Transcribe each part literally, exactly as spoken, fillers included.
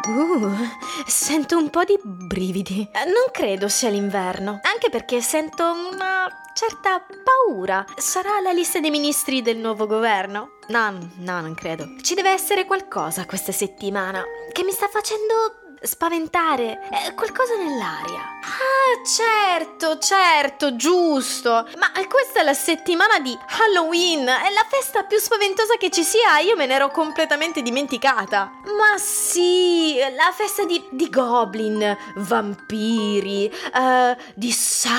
Uh, sento un po' di brividi. Non credo sia l'inverno, anche perché sento una certa paura. Sarà la lista dei ministri del nuovo governo? No, no, non credo. Ci deve essere qualcosa questa settimana che mi sta facendo spaventare. È qualcosa nell'aria. Ah, certo, certo, giusto. Ma questa è la settimana di Halloween. È la festa più spaventosa che ci sia. Io me ne ero completamente dimenticata. Ma sì, la festa di, di goblin, vampiri, uh, di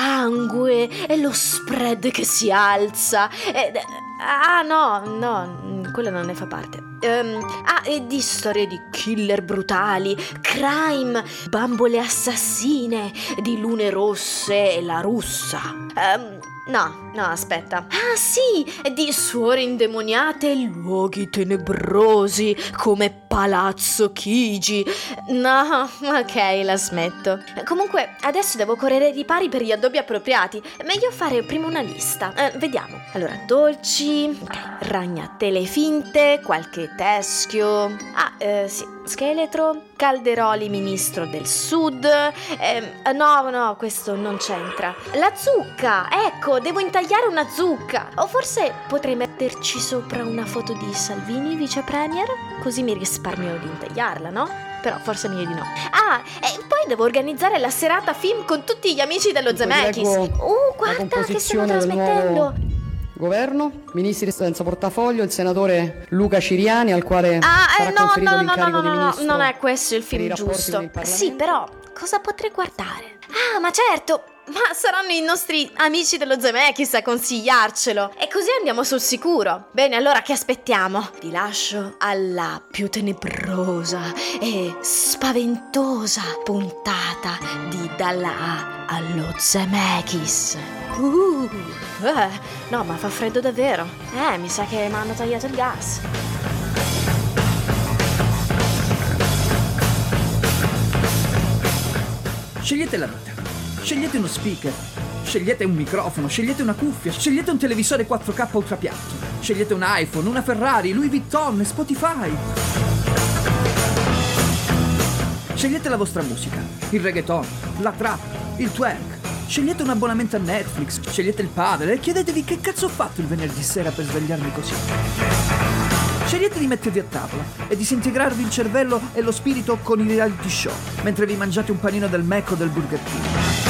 sangue e lo spread che si alza. E, ah, no, no, quella non ne fa parte. Um, ah, e di storie di killer brutali, crime, bambole assassine, di lune rosse e la russa. Um, no, no, aspetta. Ah, sì, di suore indemoniate e luoghi tenebrosi come Palazzo Chigi. No, ok, la smetto. Comunque, adesso devo correre ai ripari per gli addobbi appropriati. Meglio fare prima una lista. Eh, vediamo. Allora, dolci, ok, ragnatele finte, qualche teschio. Ah, eh, sì, scheletro, Calderoli ministro del sud. Eh, no, no, questo non c'entra. La zucca, ecco, devo intagliare una zucca. O forse potrei metterci sopra una foto di Salvini, vice premier? Così mi risparmio di intagliarla, no? Però forse meglio di no. Ah, e poi devo organizzare la serata film con tutti gli amici dello Zemeckis. Uh, guarda che stiamo trasmettendo. Governo, ministri senza portafoglio, il senatore Luca Ciriani, al quale ah, sarà eh, no, conferito no, l'incarico no, no, di no, ministro. Non è questo il film giusto. Sì, però cosa potrei guardare? Ah, ma certo, ma saranno i nostri amici dello Zemeckis a consigliarcelo. E così andiamo sul sicuro. Bene, allora che aspettiamo? Vi lascio alla più tenebrosa e spaventosa puntata di Dalla A allo Zemeckis. Uh, eh, no, ma fa freddo davvero. Eh, mi sa che mi hanno tagliato il gas. Scegliete la vita. Scegliete uno speaker, scegliete un microfono, scegliete una cuffia, scegliete un televisore quattro K ultrapiatto, scegliete un iPhone, una Ferrari, Louis Vuitton e Spotify. Scegliete la vostra musica, il reggaeton, la trap, il twerk. Scegliete un abbonamento a Netflix, scegliete il padre e chiedetevi che cazzo ho fatto il venerdì sera per svegliarmi così. Scegliete di mettervi a tavola e disintegrarvi il cervello e lo spirito con i reality show, mentre vi mangiate un panino del Mac o del Burger King.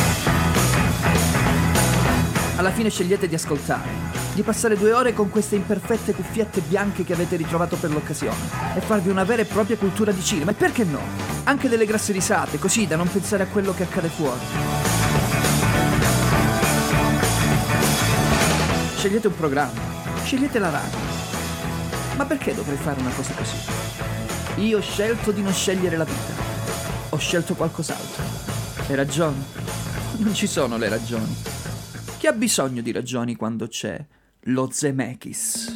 Alla fine scegliete di ascoltare, di passare due ore con queste imperfette cuffiette bianche che avete ritrovato per l'occasione e farvi una vera e propria cultura di cinema. E perché no? Anche delle grasse risate, così da non pensare a quello che accade fuori. Scegliete un programma, scegliete la radio. Ma perché dovrei fare una cosa così? Io ho scelto di non scegliere la vita. Ho scelto qualcos'altro. Le ragioni? Non ci sono le ragioni. Chi ha bisogno di ragioni quando c'è lo Zemeckis?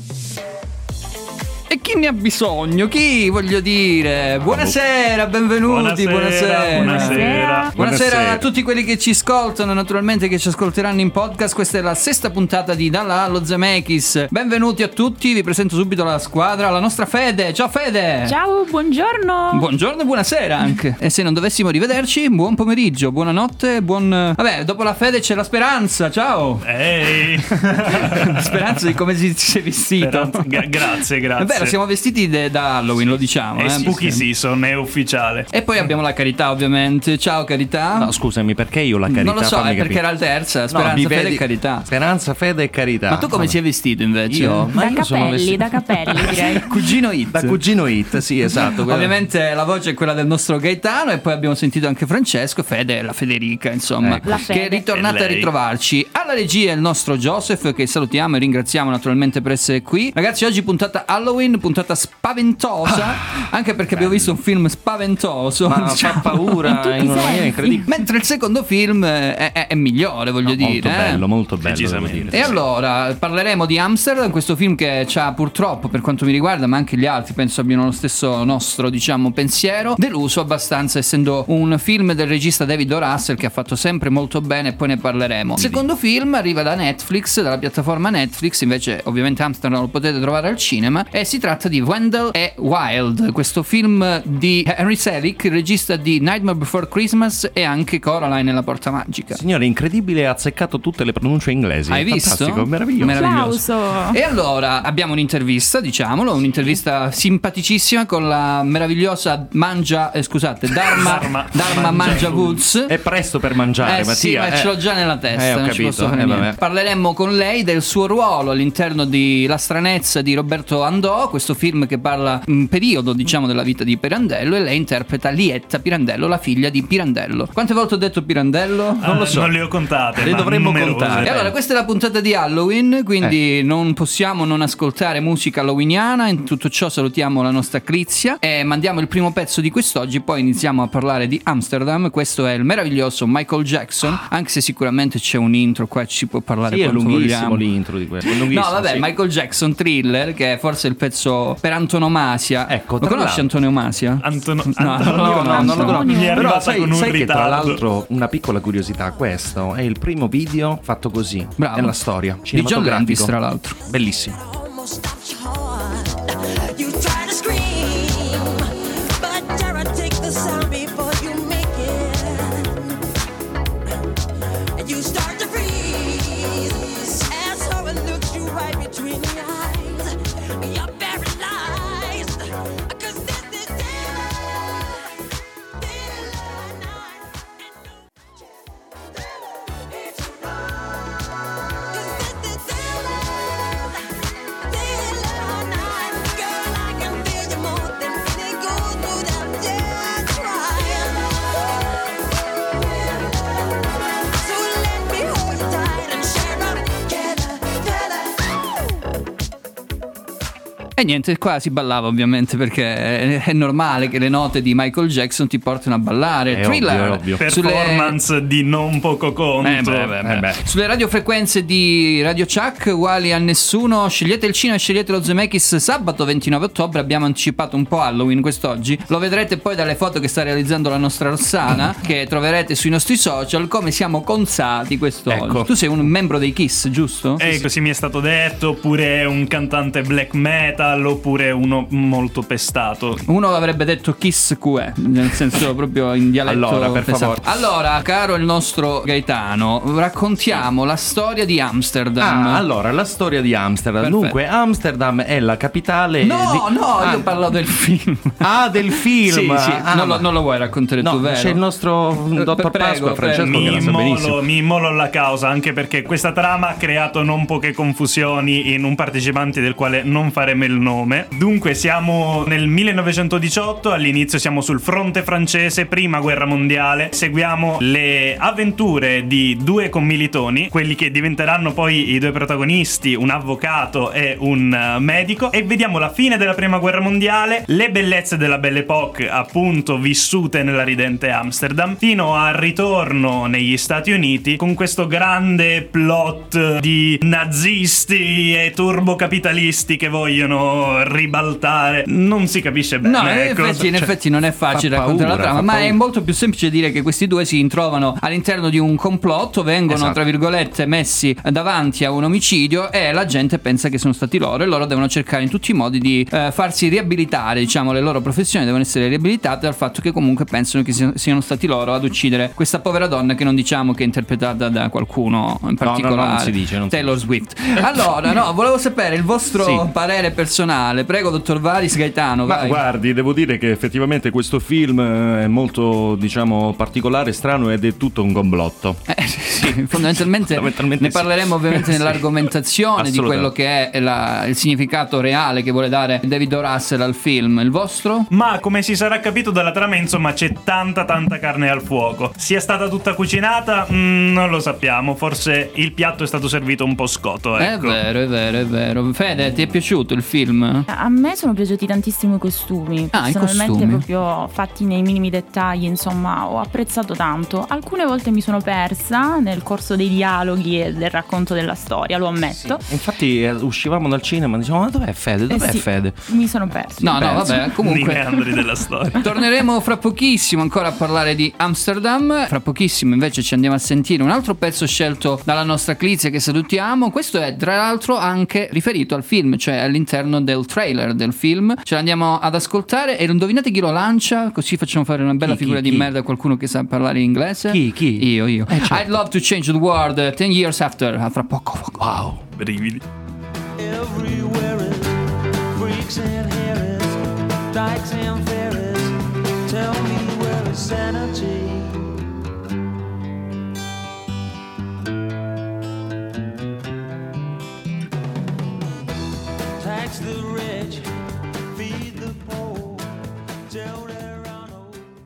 E chi ne ha bisogno? Chi, voglio dire? Buonasera, benvenuti, buonasera. Buonasera. Buonasera. Buonasera a tutti quelli che ci ascoltano, naturalmente che ci ascolteranno in podcast. Questa è la sesta puntata di Dalla allo Zemeckis. Benvenuti a tutti, vi presento subito la squadra, la nostra Fede. Ciao Fede. Ciao, buongiorno. Buongiorno e buonasera anche. E se non dovessimo rivederci, buon pomeriggio, buonanotte, buon... Vabbè, dopo la Fede c'è la Speranza, ciao. Ehi. Speranza di come si sei vestito. Speranza, gra- grazie, grazie. È vero, siamo vestiti de- da Halloween, lo diciamo. È eh, spooky season, è ufficiale. E poi abbiamo la Carità, ovviamente. Ciao Carità. No, scusami, perché io la Carità? Non lo so, Fammi è perché capire. era la terza. Speranza, no, Fede vedi... e Carità. Speranza, Fede e Carità. Ma tu come Vabbè. sei vestito invece? Io? Ma da io capelli, sono vestito... da capelli direi. Cugino Hit. Da Cugino Hit, sì, esatto. Ovviamente la voce è quella del nostro Gaetano. E poi abbiamo sentito anche Francesco. Fede è la Federica, insomma, ecco. La che Fede. è ritornata a ritrovarci. Alla regia il nostro Joseph, che salutiamo e ringraziamo naturalmente per essere qui. Ragazzi, oggi puntata Halloween, puntata spaventosa, ah, anche perché bello. Abbiamo visto un film spaventoso, ma diciamo, fa paura in, in una maniera incredibile. Mentre il secondo film è, è, è migliore, voglio no, dire. Molto eh? bello, molto bello. Decisamente. E allora parleremo di Amsterdam, questo film che c'ha purtroppo, per quanto mi riguarda, ma anche gli altri penso abbiano lo stesso nostro, diciamo, pensiero, deluso abbastanza, essendo un film del regista David O. Russell, che ha fatto sempre molto bene, e poi ne parleremo. Il secondo film arriva da Netflix, dalla piattaforma Netflix, invece ovviamente Amsterdam lo potete trovare al cinema, e si tratta di Wendell e Wild, questo film di Henry Selick, il regista di Nightmare Before Christmas e anche Coraline e la Porta Magica. Signore, incredibile, ha azzeccato tutte le pronunce inglesi. Hai visto? Fantastico, meraviglioso. Meraviglioso. Applauso. E allora abbiamo un'intervista, diciamolo, un'intervista simpaticissima con la meravigliosa Mangia, eh, scusate, Dharma, Dharma, Dharma Mangia Mangia Woods. È presto per mangiare, Eh sì, Mattia. ma ce l'ho già nella testa, Eh, ho non ci capito, posso fare eh, niente. vabbè. Parleremmo con lei del suo ruolo all'interno di La stranezza di Roberto Andò, questo film che parla un periodo, diciamo, della vita di Pirandello, e lei interpreta Lietta Pirandello, la figlia di Pirandello. Quante volte ho detto Pirandello? Non lo so. Non le ho contate. Le ma dovremmo numerose. contare. E allora, questa è la puntata di Halloween, quindi non possiamo non ascoltare musica halloweeniana. In tutto ciò salutiamo la nostra Crizia e mandiamo il primo pezzo di quest'oggi, poi iniziamo a parlare di Amsterdam. Questo è il meraviglioso Michael Jackson, anche se sicuramente c'è un intro qua, ci si può parlare Sì, è quanto lunghissimo vogliamo. l'intro di questo. È lunghissimo, No, vabbè, sì. Michael Jackson Thriller, che è forse il pezzo per antonomasia. Ecco, lo tra conosci l'altro- Antonio Masia? Antono- No, Antonio no, no, Masia. non lo conosco. Mi è Però arrivata sai, con un sai che tra ritardo. l'altro una piccola curiosità, questo è il primo video fatto così Bravo. nella storia Di John Landis, cinematografico. tra l'altro. Bellissimo. Almost stopped your heart. You try to scream, but Tara, take the sound before you make it. And you start to freeze as someone looks you right between the eyes. You're paralyzed, 'cause this is daylight, daylight night. It's Cause this is daylight, daylight night. Girl, I can feel you more than any gold through that dead trying. So let me hold you tight and share our together, E niente, qua si ballava ovviamente, perché è, è normale che le note di Michael Jackson ti portino a ballare. È Thriller, ovvio, è ovvio. sulle- Performance di non poco conto. Eh beh, beh, beh. Eh beh. Sulle radiofrequenze di Radio Chuck, uguali a nessuno, scegliete il cinema e scegliete lo Zemeckis. Sabato ventinove ottobre abbiamo anticipato un po' Halloween quest'oggi. Lo vedrete poi dalle foto che sta realizzando la nostra Rossana, che troverete sui nostri social, come siamo consati quest'oggi. Ecco. Tu sei un membro dei Kiss, giusto? E così mi è stato detto, oppure un cantante black metal, oppure uno molto pestato. Uno avrebbe detto Kiss Q E, nel senso proprio in dialetto Allora, per pesante. favore. Allora, caro il nostro Gaetano, raccontiamo la storia di Amsterdam. Ah, allora, la storia di Amsterdam. Perfetto. Dunque, Amsterdam è la capitale No, di... no, Ah, io parlo del film. Ah, del film. Sì, sì, Ah, non, lo, ma- non lo vuoi raccontare No, tu, vero? c'è il nostro Eh, dottor prego, Pasqua, prego. Francesco, che Mi la sa benissimo. immolo, mi immolo la causa, anche perché questa trama ha creato non poche confusioni in un partecipante del quale non faremo il nome. Dunque siamo nel millenovecentodiciotto, all'inizio siamo sul fronte francese, prima guerra mondiale. Seguiamo le avventure di due commilitoni, quelli che diventeranno poi i due protagonisti, un avvocato e un eh, medico, e vediamo la fine della prima guerra mondiale, le bellezze della Belle Époque appunto vissute nella ridente Amsterdam, fino al ritorno negli Stati Uniti con questo grande plot di nazisti e turbocapitalisti che vogliono ribaltare. Non si capisce bene. No, in ecco. effetti, in Cioè, effetti non è facile fa raccontare la paura, trama, fa ma è paura. molto più semplice dire che questi due si ritrovano all'interno di un complotto, vengono Esatto. tra virgolette messi davanti a un omicidio e la gente pensa che sono stati loro, e loro devono cercare in tutti i modi di eh, farsi riabilitare, diciamo, le loro professioni devono essere riabilitate dal fatto che comunque pensano che siano, siano stati loro ad uccidere questa povera donna, che non diciamo che è interpretata da qualcuno in no, particolare, no, non si dice, non si Taylor Swift. Allora, no, volevo sapere il vostro Sì. parere personale. Prego, dottor Varis Gaetano, Ma vai. guardi, devo dire che effettivamente questo film eh, è molto, diciamo, particolare, strano, ed è tutto un complotto. Eh, sì, fondamentalmente, Fondamentalmente ne sì. parleremo ovviamente Sì. nell'argomentazione di quello Assolutamente. che è la- il significato reale che vuole dare David O. Russell al film. Il vostro? Ma come si sarà capito dalla trama, insomma, c'è tanta tanta carne al fuoco. Sia stata tutta cucinata? Mm, non lo sappiamo. Forse il piatto è stato servito un po' scoto, ecco. È vero, è vero, è vero. Fede, ti è piaciuto il film? A me sono piaciuti tantissimo i costumi, Ah, i personalmente costumi. proprio fatti nei minimi dettagli, insomma, ho apprezzato tanto. Alcune volte mi sono persa nel corso dei dialoghi e del racconto della storia, lo ammetto. Infatti eh, uscivamo dal cinema e dicevamo: ma dov'è Fede? Dov'è Eh sì, Fede? Mi sono persa. No, no, Penso. vabbè, Di comunque meandri della storia. torneremo fra pochissimo ancora a parlare di Amsterdam. Fra pochissimo invece ci andiamo a sentire un altro pezzo scelto dalla nostra Clizia, che salutiamo. Questo è tra l'altro anche riferito al film, cioè all'interno brano del trailer del film. Ce l'andiamo ad ascoltare e indovinate chi lo lancia, così facciamo fare una bella Chi, figura chi, di chi? merda a qualcuno che sa parlare inglese. Chi, chi? Io, io. Eh, certo. I'd love to change the world ten years after. Fra poco. Wow. Brividi. Everywhere is freaks and Harris, dykes and fairies. Tell me where is sanity? Tax the rich, feed the poor. Tell their honor.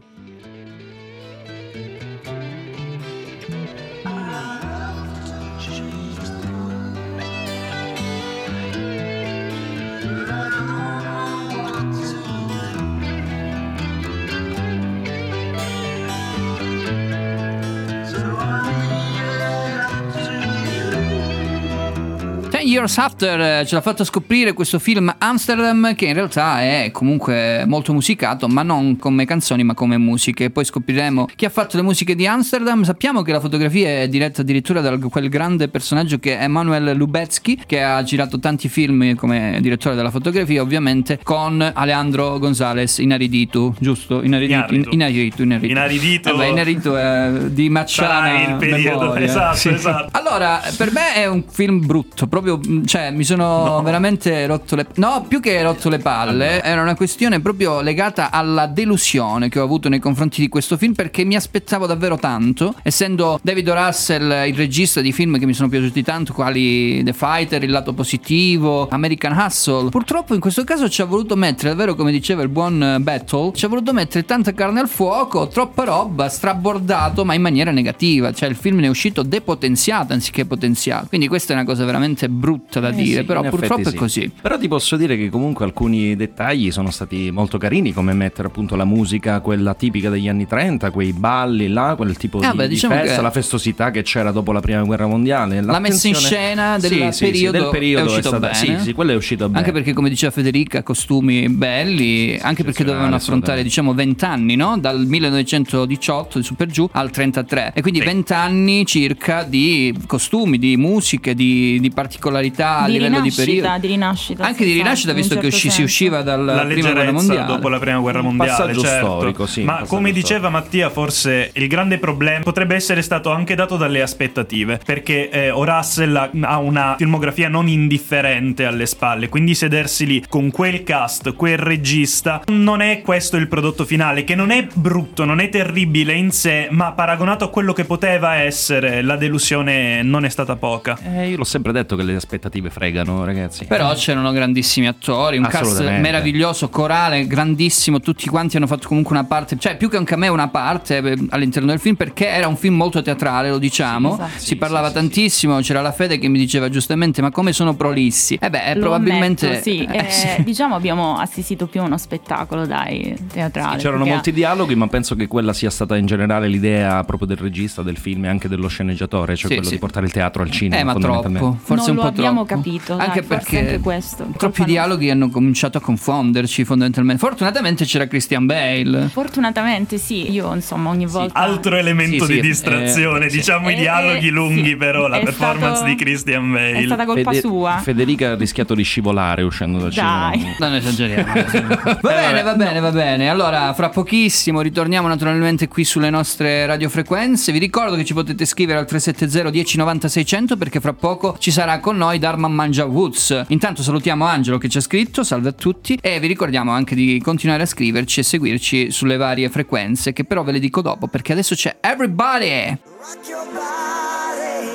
Ten Years After eh, ce l'ha fatto scoprire questo film Amsterdam, che in realtà è comunque molto musicato, ma non come canzoni ma come musiche. Poi scopriremo chi ha fatto le musiche di Amsterdam. Sappiamo che la fotografia è diretta addirittura da quel grande personaggio che è Emanuel Lubezki, che ha girato tanti film come direttore della fotografia, ovviamente con Alejandro González Inarritu, giusto? Inarritu, Inarritu, Inarritu. Inarritu. Vabbè, Inarritu è di Macciana Sarà il periodo, memoria. esatto, Sì. esatto. Allora, per me è un film brutto, proprio, cioè mi sono No. veramente rotto le no, più che rotto le palle, era una questione proprio legata alla delusione che ho avuto nei confronti di questo film, perché mi aspettavo davvero tanto, essendo David O. Russell il regista di film che mi sono piaciuti tanto, quali The Fighter, Il lato positivo, American Hustle. Purtroppo in questo caso ci ha voluto mettere, davvero come diceva il buon Battle, ci ha voluto mettere tanta carne al fuoco, troppa roba, strabordato, ma in maniera negativa, cioè il film ne è uscito depotenziato anziché potenziato. Quindi questa è una cosa veramente brutta da Eh dire, sì, però in purtroppo effetti è sì. così. Però ti posso dire che comunque alcuni dettagli sono stati molto carini, come mettere appunto la musica, quella tipica degli anni trenta, quei balli là, quel tipo Ah, di, beh, di diciamo festa, che- la festosità che c'era dopo la prima guerra mondiale. La messa in scena del Sì, sì, sì, periodo, del periodo è uscito stata- bene. Sì, sì, quello è uscito bene. Anche perché, come diceva Federica, costumi belli, anche perché dovevano affrontare, diciamo, vent'anni, no? Dal millenovecentodiciotto su per giù al trentatré. E quindi Sì. vent'anni circa di costumi, di musiche, di, di particolarità a Di livello di rinascita, periodo. di rinascita. Anche di sì, rinascita, in un visto che certo usci- si senso. usciva La dalla prima guerra leggerezza mondiale. dopo la prima guerra mondiale, passaggio certo. storico, sì, un Ma passaggio come diceva storico. Mattia, forse il grande problema potrebbe essere stato anche dato dalle aspettative, perché eh, O. Russell ha- ha una filmografia non indifferente alle spalle, quindi sedersi lì con quel cast, quel regista, non è questo il prodotto finale, che non è brutto, non è terribile in sé, ma paragonato a quello che poteva essere, la delusione non è stata poca. Eh, io l'ho sempre detto che le aspettative fregano, ragazzi. Però c'erano grandissimi attori, un cast Assolutamente. meraviglioso, corale, grandissimo, tutti quanti hanno fatto comunque una parte, cioè più che un cameo, una parte eh, all'interno del film, perché era un film molto teatrale, lo diciamo. Sì, esatto. Si Sì, parlava sì, sì, tantissimo, c'era la Fede che mi diceva giustamente "ma come sono prolissi?". Eh beh, Lo probabilmente ammetto, sì. eh, Eh, sì. diciamo abbiamo assistito più a uno spettacolo, dai, teatrale. C'erano perché- molti dialoghi, ma penso che quella sia stata in generale l'idea proprio del regista del film e anche dello sceneggiatore, cioè Sì, quello sì. di portare il teatro al cinema. Eh, ma fondamentalmente. troppo, forse Non un lo po' abbiamo troppo. capito, dai, anche forse perché anche questo. troppi Colpa dialoghi hanno cominciato a confonderci fondamentalmente. Fortunatamente c'era Christian Bale. Fortunatamente sì, io insomma ogni volta... Altro elemento Sì, di sì, distrazione, eh, sì. diciamo i Eh, dialoghi eh, lunghi, sì. però la È performance stato- di Christian Bale. È stata colpa Fede- sua. Federica ha rischiato di scivolare uscendo dal Dai. cinema. Non esageriamo. Va bene, va bene, va bene. Allora, fra pochissimo ritorniamo naturalmente qui sulle nostre radiofrequenze. Vi ricordo che ci potete scrivere al tre sette zero uno zero nove zero sei zero zero perché fra poco ci sarà con noi Dharma Mangia Woods. Intanto salutiamo Angelo che ci ha scritto, salve a tutti, e vi ricordiamo anche di continuare a scriverci e seguirci sulle varie frequenze, che però ve le dico dopo perché adesso c'è Everybody. Rock your body,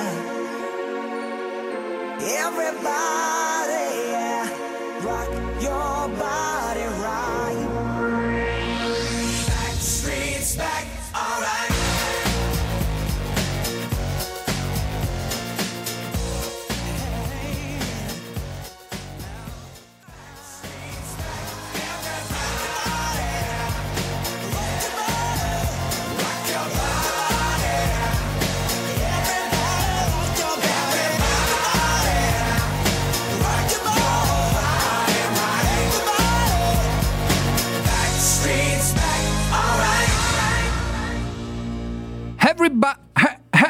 yeah. Everybody, yeah. Rock your body right. Back streets back, alright. Everybody,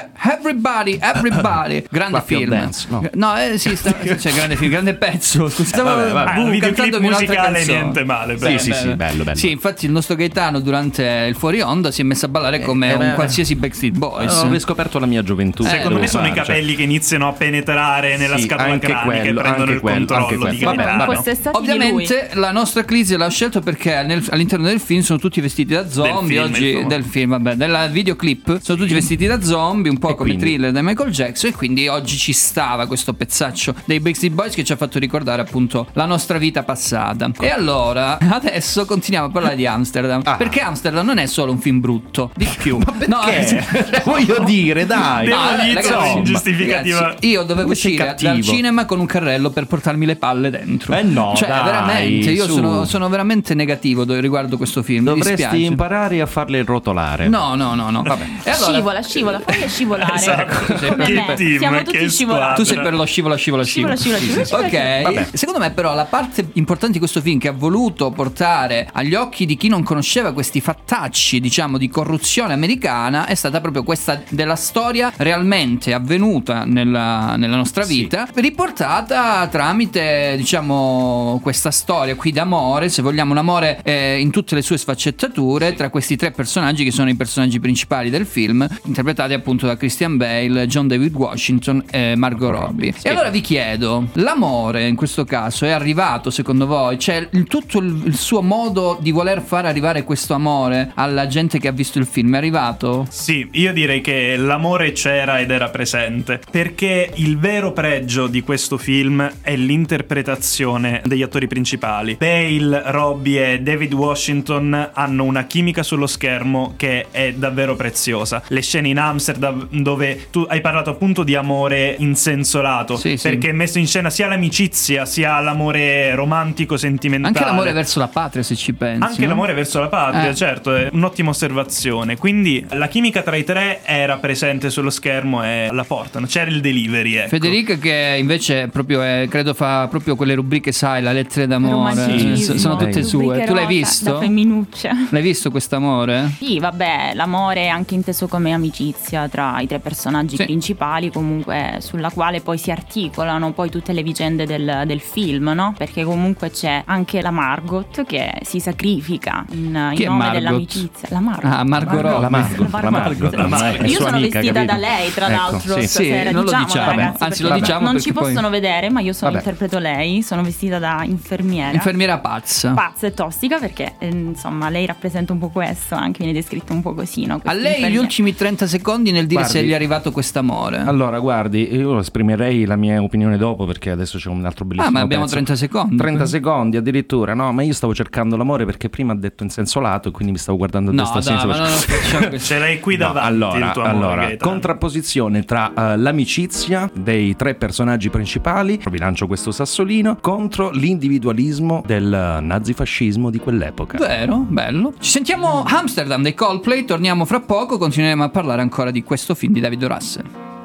Everybody, Everybody. Grande Clap your film. dance, no. No, eh, sì, sta, cioè, grande film, grande pezzo. Stavo vabbè, vabbè. Ah, un uh, videoclip cantandomi un'altra musicale canzone. niente male. Sì, beh. sì, sì, bello, bello. Sì, infatti il nostro Gaetano durante il fuori onda si è messo a ballare come eh, un beh, qualsiasi Backstreet Boys. Ho riscoperto la mia gioventù. Secondo devo me sono fare, i capelli che iniziano a penetrare nella Sì, scatola anche cranica e quello, prendono anche il quello, controllo anche di quello. Vabbè, Gaetano. fosse stati di Ovviamente la nostra Clisi l'ha scelto perché nel- all'interno del film sono tutti vestiti da zombie. film, Oggi insomma. del film, vabbè, della videoclip sono tutti vestiti da zombie, un po' E come quindi? Thriller da Michael Jackson. E quindi oggi ci stava questo pezzaccio dei Backstreet Boys che ci ha fatto ricordare appunto la nostra vita passata. E allora adesso continuiamo a parlare di Amsterdam. Ah. Perché Amsterdam non è solo un film brutto, di più. No, Perché? Voglio dire, dai. Devo No, dire, ragazzi, ingiustificativa. ragazzi, io dovevo Come sei uscire cattivo. dal cinema con un carrello per portarmi le palle dentro. Eh no, cioè dai, veramente io su. sono, sono veramente negativo do- riguardo questo film. Mi Dovresti dispiace. imparare a farle rotolare. No, no, no, no. Vabbè. E allora, Scivola, scivola, fai scivolare. Esatto. Come Che me. team, Siamo che tutti squadra. scivolati. tu sei per lo scivola, scivola, scivola. Scivola, scivola, scivola, scivola. Ok, Vabbè. secondo me però la parte importante di questo film che ha voluto portare agli occhi di chi non conosceva questi fattacci, diciamo, di corruzione americana è stata proprio questa della storia realmente avvenuta nella, nella nostra vita, riportata tramite, diciamo, questa storia qui d'amore, se vogliamo un amore eh, in tutte le sue sfaccettature, tra questi tre personaggi che sono i personaggi principali del film, interpretati appunto da Christian Bale, John David Washington e Margot Robbie. E allora vi chiedo, l'amore in questo caso è arrivato secondo voi? Cioè il- tutto il, il suo modo di voler far arrivare questo amore alla gente che ha visto il film è arrivato? Sì, io direi che l'amore c'era ed era presente, perché il vero pregio di questo film è l'interpretazione degli attori principali. Bale, Robbie e David Washington hanno una chimica sullo schermo che è davvero preziosa. Le scene in Amsterdam dove tu hai parlato appunto di amore in senso lato, Sì, sì. perché è messo in scena sia l'amicizia sia l'amore romantico sentimentale. Anche l'amore verso la patria, se ci pensi. Anche no? l'amore verso la patria, Eh. certo, è un'ottima osservazione. Quindi la chimica tra i tre era presente sullo schermo e la portano. C'era il delivery, ecco. Federica che invece proprio è, credo fa proprio quelle rubriche, sai, la lettere d'amore, Romanticismo, s- sono tutte sue. rubriche Tu l'hai rosa, visto? Da femminuccia. L'hai visto quest'amore? Sì, vabbè, l'amore è anche inteso come amicizia tra i tre personaggi Sì. principali, comunque sulla quale poi si articolano poi tutte le vicende del, del film, no? Perché comunque c'è anche la Margot che si sacrifica in, Chi in è nome Margot? dell'amicizia. La Margot. Ah, Margot Robbie. La Margot, la Margot, la Margot. È Io sua sono amica, vestita capito? da lei, tra Ecco, l'altro, sì. stasera. Sì, non lo diciamolo, diciamo, ragazzi, anzi lo perché diciamo non perché ci poi- possono vedere, ma io sono Vabbè. interpreto lei, sono vestita da infermiera. Infermiera pazza. Pazza e tossica perché eh, insomma lei rappresenta un po' questo, anche viene descritto un po' così, no? A Questa lei gli infermiera. ultimi trenta secondi nel dire Guardi. se gli è arrivato quest'amore. Allora, guardi, io esprimerei la mia opinione dopo perché adesso c'è un altro bellissimo Ah, ma abbiamo pezzo. trenta secondi. trenta secondi addirittura, no? Ma io stavo cercando l'amore perché prima ha detto in senso lato e quindi mi stavo guardando a No, destra e a dai, sinistra. ma non facciamo questo. Ce l'hai qui No, davanti allora, il tuo amore, allora Gaetano. contrapposizione tra eh, l'amicizia dei tre personaggi principali, rilancio questo sassolino, contro l'individualismo del nazifascismo di quell'epoca. Vero, bello. Ci sentiamo Amsterdam dei Coldplay, torniamo fra poco, continueremo a parlare ancora di questo film di David O. Russell.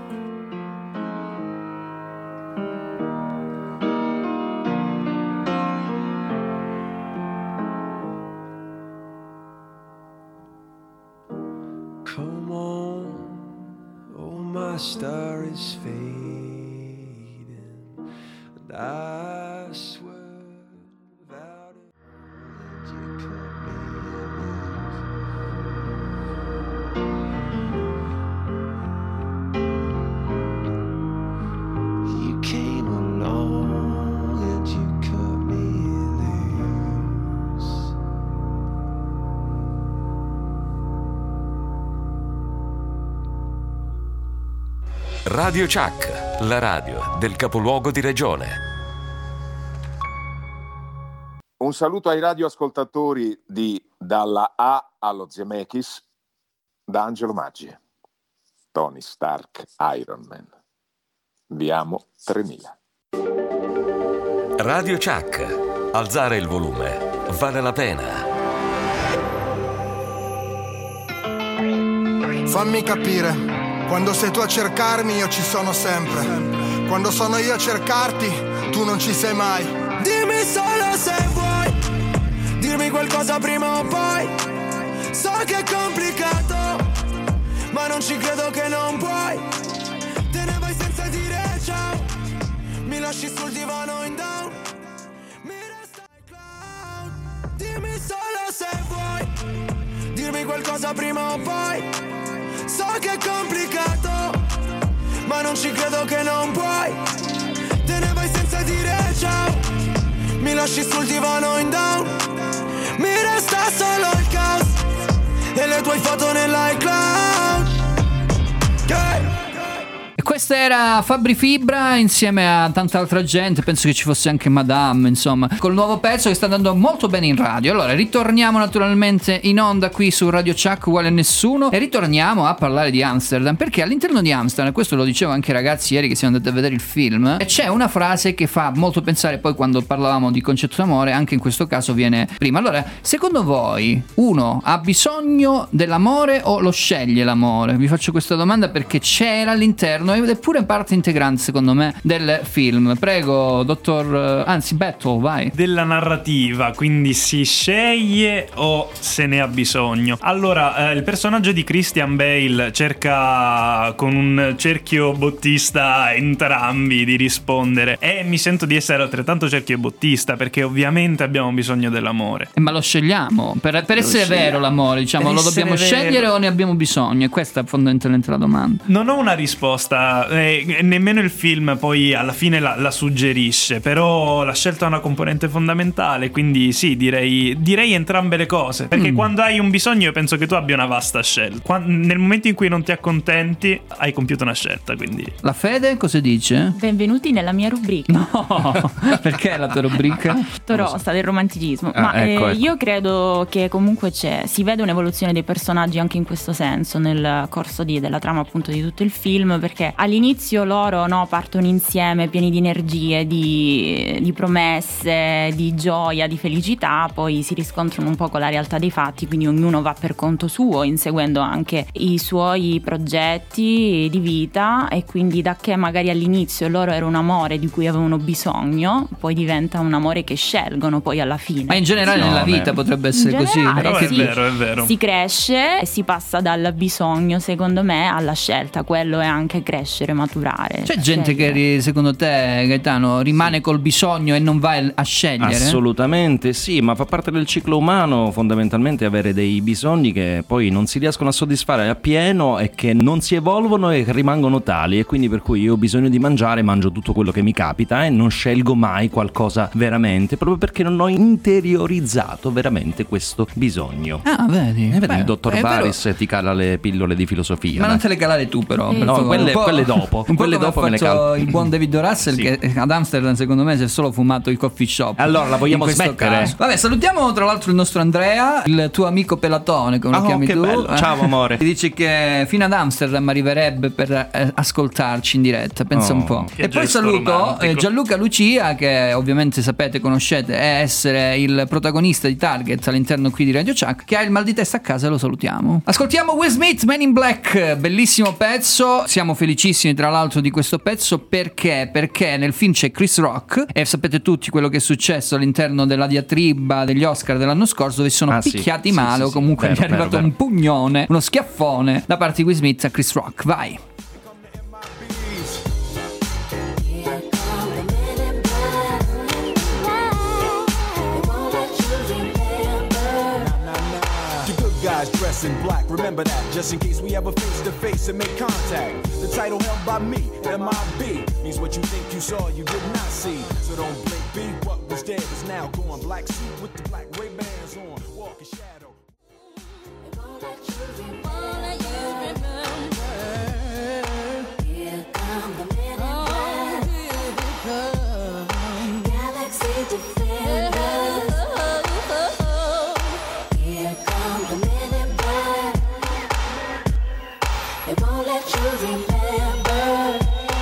Come on, oh my star is fading, and I swear without it that you cut me loose. You came along and you cut me loose. Radio Chuck, la radio del capoluogo di regione. Un saluto ai radioascoltatori di Dalla A allo Zemeckis, da Angelo Maggi. Tony Stark, Iron Man. Vi amo tremila. Radio Chuck, alzare il volume vale la pena. Fammi capire, quando sei tu a cercarmi io ci sono sempre. Quando sono io a cercarti tu non ci sei mai. Dimmi solo se vuoi dirmi qualcosa prima o poi. So che è complicato, ma non ci credo che non puoi. Mi lasci sul divano in down, mi resta il clown. Dimmi solo se vuoi dirmi qualcosa prima o poi. So che è complicato, ma non ci credo che non puoi. Te ne vai senza dire ciao. Mi lasci sul divano in down, mi resta solo il caos e le tue foto nell'iCloud. Yeah. E questa era Fabri Fibra insieme a tanta altra gente, penso che ci fosse anche Madame, insomma, col nuovo pezzo che sta andando molto bene in radio. Allora ritorniamo naturalmente in onda qui su Radio Chuck uguale a nessuno e ritorniamo a parlare di Amsterdam, perché all'interno di Amsterdam, questo lo dicevo anche ai ragazzi ieri che siamo andati a vedere il film, e c'è una frase che fa molto pensare poi quando parlavamo di concetto d'amore, anche in questo caso viene prima. Allora, secondo voi uno ha bisogno dell'amore o lo sceglie l'amore? Vi faccio questa domanda perché c'era all'interno ed è pure parte integrante secondo me del film. Prego dottor, anzi Betto, vai. Della narrativa, quindi si sceglie o se ne ha bisogno? Allora, eh, il personaggio di Christian Bale cerca con un cerchio bottista entrambi di rispondere, e mi sento di essere altrettanto cerchio bottista, perché ovviamente abbiamo bisogno dell'amore. Eh, ma lo scegliamo per, per essere scegliamo. vero l'amore, diciamo, Per lo dobbiamo essere scegliere vero. o ne abbiamo bisogno? E questa è fondamentalmente la domanda. Non ho una risposta, eh, nemmeno il film poi alla fine la, la suggerisce, però la scelta è una componente fondamentale, quindi sì, direi, direi entrambe le cose, perché Mm. quando hai un bisogno io penso che tu abbia una vasta scelta. Quan- nel momento in cui non ti accontenti hai compiuto una scelta, quindi... La Fede cosa dice? Benvenuti nella mia rubrica. No, perché la tua rubrica? Torosta del romanticismo. Ah, Ma ecco, eh, ecco. io credo che comunque c'è, si vede un'evoluzione dei personaggi anche in questo senso nel corso di, della trama appunto di tutto il film, perché all'inizio loro no, partono insieme pieni di energie, di, di promesse, di gioia, di felicità, poi si riscontrano un po' con la realtà dei fatti, quindi ognuno va per conto suo, inseguendo anche i suoi progetti di vita, e quindi da che magari all'inizio loro era un amore di cui avevano bisogno, poi diventa un amore che scelgono poi alla fine. Ma in generale Sì. nella vita potrebbe essere In così. generale, Però sì. è vero, è vero. Si cresce e si passa dal bisogno, secondo me, alla scelta. Quello è anche crescere, maturare. C'è gente che ri- secondo te, Gaetano, rimane col bisogno e non va a scegliere? Assolutamente sì, ma fa parte del ciclo umano fondamentalmente avere dei bisogni che poi non si riescono a soddisfare appieno e che non si evolvono e che rimangono tali, e quindi per cui io ho bisogno di mangiare, mangio tutto quello che mi capita e non scelgo mai qualcosa veramente, proprio perché non ho interiorizzato veramente questo bisogno. Ah, vedi. E vedi, Beh, il dottor è vero. Baris ti cala le pillole di filosofia. Ma non dai. te le calare tu però. Eh, per no, favore. quelle- Un po'- quelle dopo. Un po' Quelle come dopo ha me le fatto calo. il buon David O. Russell, Sì. che ad Amsterdam secondo me si è solo fumato i coffee shop. Allora, la vogliamo In questo smettere? caso. Vabbè, salutiamo tra l'altro il nostro Andrea, il tuo amico Pelatone, come lo Oh, chiami che tu. bello. eh? Ciao, amore. Ti dice che fino ad Amsterdam arriverebbe per eh, ascoltarci in diretta, pensa Oh, un po'. che E poi gesto saluto romantico. eh, Gianluca Lucia, che ovviamente sapete, conoscete, è essere il protagonista di Target all'interno qui di Radio Chuck, che ha il mal di testa a casa e lo salutiamo. Ascoltiamo Will Smith, Man in Black, bellissimo pezzo. Siamo felicissimi tra l'altro di questo pezzo perché perché nel film c'è Chris Rock e sapete tutti quello che è successo all'interno della diatriba degli Oscar dell'anno scorso, dove si sono Ah, sì, picchiati sì, male sì, o sì. comunque Vero, gli è arrivato vero, un pugnone, uno schiaffone da parte di Will Smith a Chris Rock. Vai. The good guys dress in black, remember that, just in case we ever face to face and make contact. The title held by me, M I B, means what you think you saw, you did not see. So don't blink, be what was dead is now gone. Black suit with the black Ray-Bans on, walk in shadow. Here come the men in black. Galaxy defenders. Here come the men in black. They won't let you remember.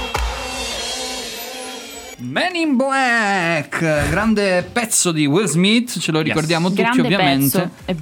Man in Black, grande pezzo di Will Smith, ce lo ricordiamo tutti Grande ovviamente. pezzo e basta.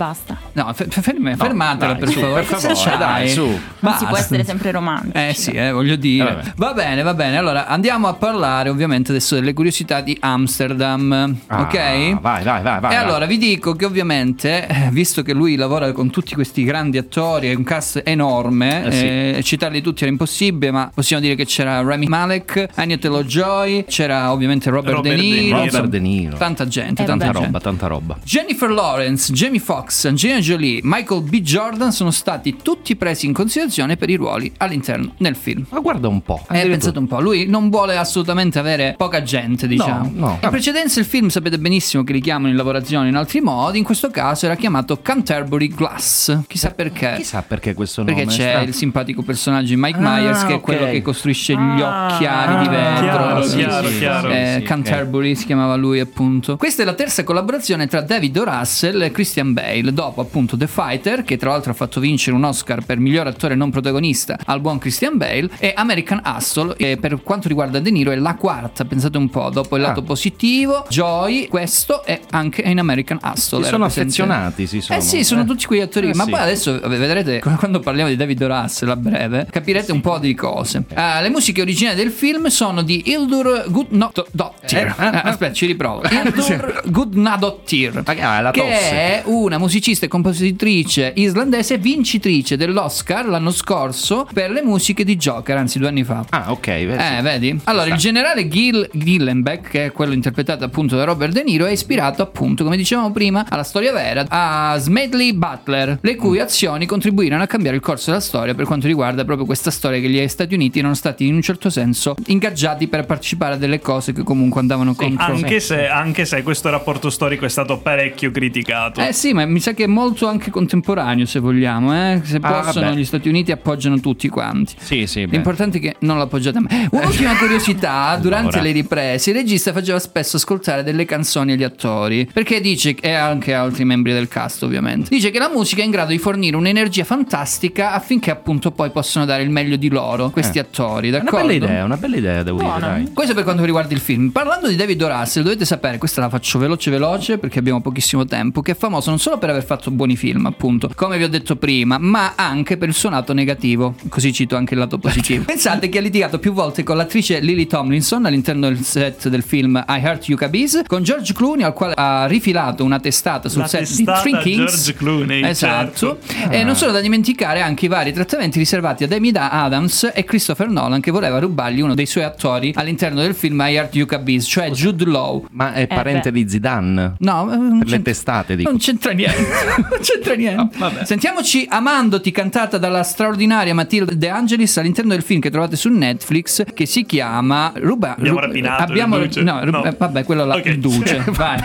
No, f- ferme, fermatela dai, per su, favore. per favore, Cosa dai, c'hai? su. Non Basta. si può essere sempre romantici. Eh sì, eh, voglio dire. Eh, vabbè. va bene, va bene. Allora andiamo a parlare ovviamente adesso delle curiosità di Amsterdam. Ah, ok? vai, vai, vai, vai. E vai. allora vi dico che ovviamente, eh, visto che lui lavora con tutti questi grandi attori e un cast enorme, Eh sì. eh, citarli tutti era impossibile, ma possiamo dire che c'era Rami Malek, Anya Taylor-Joy, c'era ovviamente Robert, Robert De De Niro, Niro. Robert insomma, De Niro. tanta gente, Eh, tanta Tanta gente. roba, tanta roba. Jennifer Lawrence, Jamie Foxx, Angelina Jolie, Michael B. Jordan sono stati tutti presi in considerazione per i ruoli all'interno del film. Ma guarda un po'. Eh, pensate un po', lui non vuole assolutamente avere poca gente, diciamo. No, no. In precedenza il film sapete benissimo che li chiamano in lavorazione in altri modi, in questo caso era chiamato Canterbury Glass. Chissà perché. Chissà perché questo nome. Perché c'è strano. il simpatico personaggio di Mike Ah, Myers che è ok. quello che costruisce gli occhiali di vetro. chiaro, Sì, chiaro, sì, chiaro. eh, Sì, Canterbury si chiamava lui appunto. Questa è la terza collaborazione tra David O. Russell e Christian Bale, dopo appunto The Fighter, che tra l'altro ha fatto vincere un Oscar per miglior attore non protagonista al buon Christian Bale, e American Hustle, e per quanto riguarda De Niro è la quarta, pensate un po', dopo il lato Ah. positivo, Joy, questo è anche in American Hustle. Si era sono presente- affezionati, si sono. Eh sì, sono Eh. tutti quegli attori, Eh ma sì. poi adesso vedrete quando parliamo di David O. Russell a breve capirete un po' di cose. Ah, le musiche originali del film sono di Hildur Gudnadottir. Eh, eh, Eh, aspetta, ci riprovo. Hildur Gudnadottir, Ah, è la che tosse. è una musicista e compositrice islandese vincitrice dell'Oscar l'anno scorso per le musiche di Joker, anzi due anni fa. Ah, ok. vedi. Eh, vedi? Allora, il generale Gil Gillenbeck, che è quello interpretato appunto da Robert De Niro, è ispirato appunto, come dicevamo prima, alla storia vera, a Smedley Butler, le cui azioni contribuirono a cambiare il corso della storia per quanto riguarda proprio questa storia che gli Stati Uniti erano stati in un certo senso ingaggiati per partecipare a delle cose che comunque andavano contro. Anche se, anche se questo rapporto storico è stato parecchio criticato. Eh sì, ma mi sa che è molto anche contemporaneo, se vogliamo, eh? Se Ah, possono, vabbè. gli Stati Uniti appoggiano tutti quanti. Sì, sì. beh. L'importante è che non l'appoggiate a me. Un'ultima curiosità, durante Allora. le riprese il regista faceva spesso ascoltare delle canzoni agli attori, perché dice, e anche altri membri del cast ovviamente, dice che la musica è in grado di fornire un'energia fantastica affinché appunto poi possano dare il meglio di loro, questi Eh. attori, Una d'accordo? bella idea, una bella idea, devo dire, dai. Questo per quanto riguarda il film. Parlando di David O. Russell, dovete sapere, questa la faccio veloce veloce perché abbiamo pochissimo tempo, che è famoso non solo per aver fatto buoni film, appunto, come vi ho detto prima, ma anche per il suo lato negativo. Così cito anche il lato positivo. Pensate che ha litigato più volte con l'attrice Lily Tomlinson all'interno del set del film I Heart You Cabiz, con George Clooney, al quale ha rifilato una testata sul La set testata di Three Kings. George Clooney, Esatto. certo. E non solo da dimenticare anche i vari trattamenti riservati ad Amy Adams e Christopher Nolan, che voleva rubargli uno dei suoi attori all'interno del film I Heart You Cabiz, cioè Jude Law. Ma è parente di Zidane? No, non Per le c'entra- testate, dico. non c'entra niente. Non c'entra niente. Sentiamoci Amandoti, cantata dalla straordinaria Matilda De Angelis all'interno del film che trovate su Netflix, che si chiama Ruba. Abbiamo Ru- rapinato abbiamo il duce? No, Ru- No. eh, vabbè, quello là, Ok. il duce. Vai.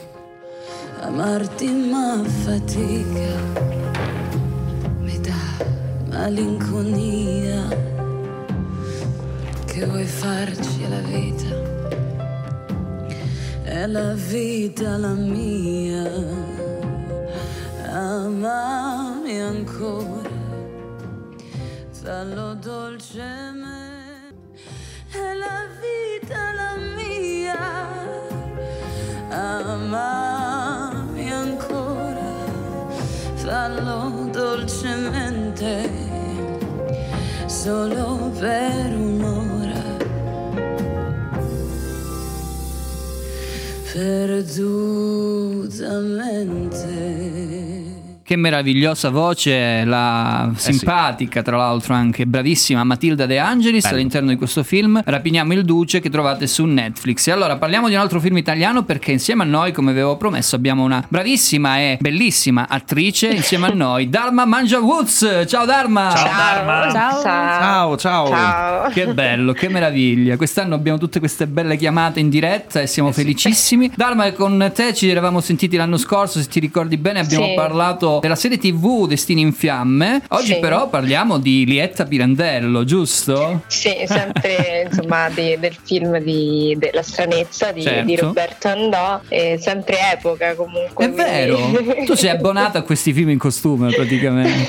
Amarti ma fatica, mi dà malinconia, che vuoi farci la vita, è la vita la mia, amami ancora, fallo dolcemente, è la vita la mia, amami ancora, fallo dolcemente, solo per un'ora, perdutamente. Che meravigliosa voce, la simpatica, tra l'altro anche bravissima Matilda De Angelis Bello. all'interno di questo film Rapiniamo il Duce, che trovate su Netflix. E allora parliamo di un altro film italiano, perché insieme a noi, come avevo promesso, abbiamo una bravissima e bellissima attrice insieme a noi, Dharma Mangia-Woods. Ciao Dharma! Ciao, Dharma. Ciao. Ciao, ciao. Ciao. Che bello, che meraviglia. Quest'anno abbiamo tutte queste belle chiamate in diretta e siamo felicissimi. Dharma, con te ci eravamo sentiti l'anno scorso, se ti ricordi bene, abbiamo Sì. parlato della serie tivù Destini in Fiamme. Oggi Sì. però parliamo di Lietta Pirandello, giusto? Sì, sempre insomma di- del film di della stranezza di, Certo. di Roberto Andò, e sempre epoca comunque. È vero, quindi- tu sei abbonata a questi film in costume praticamente.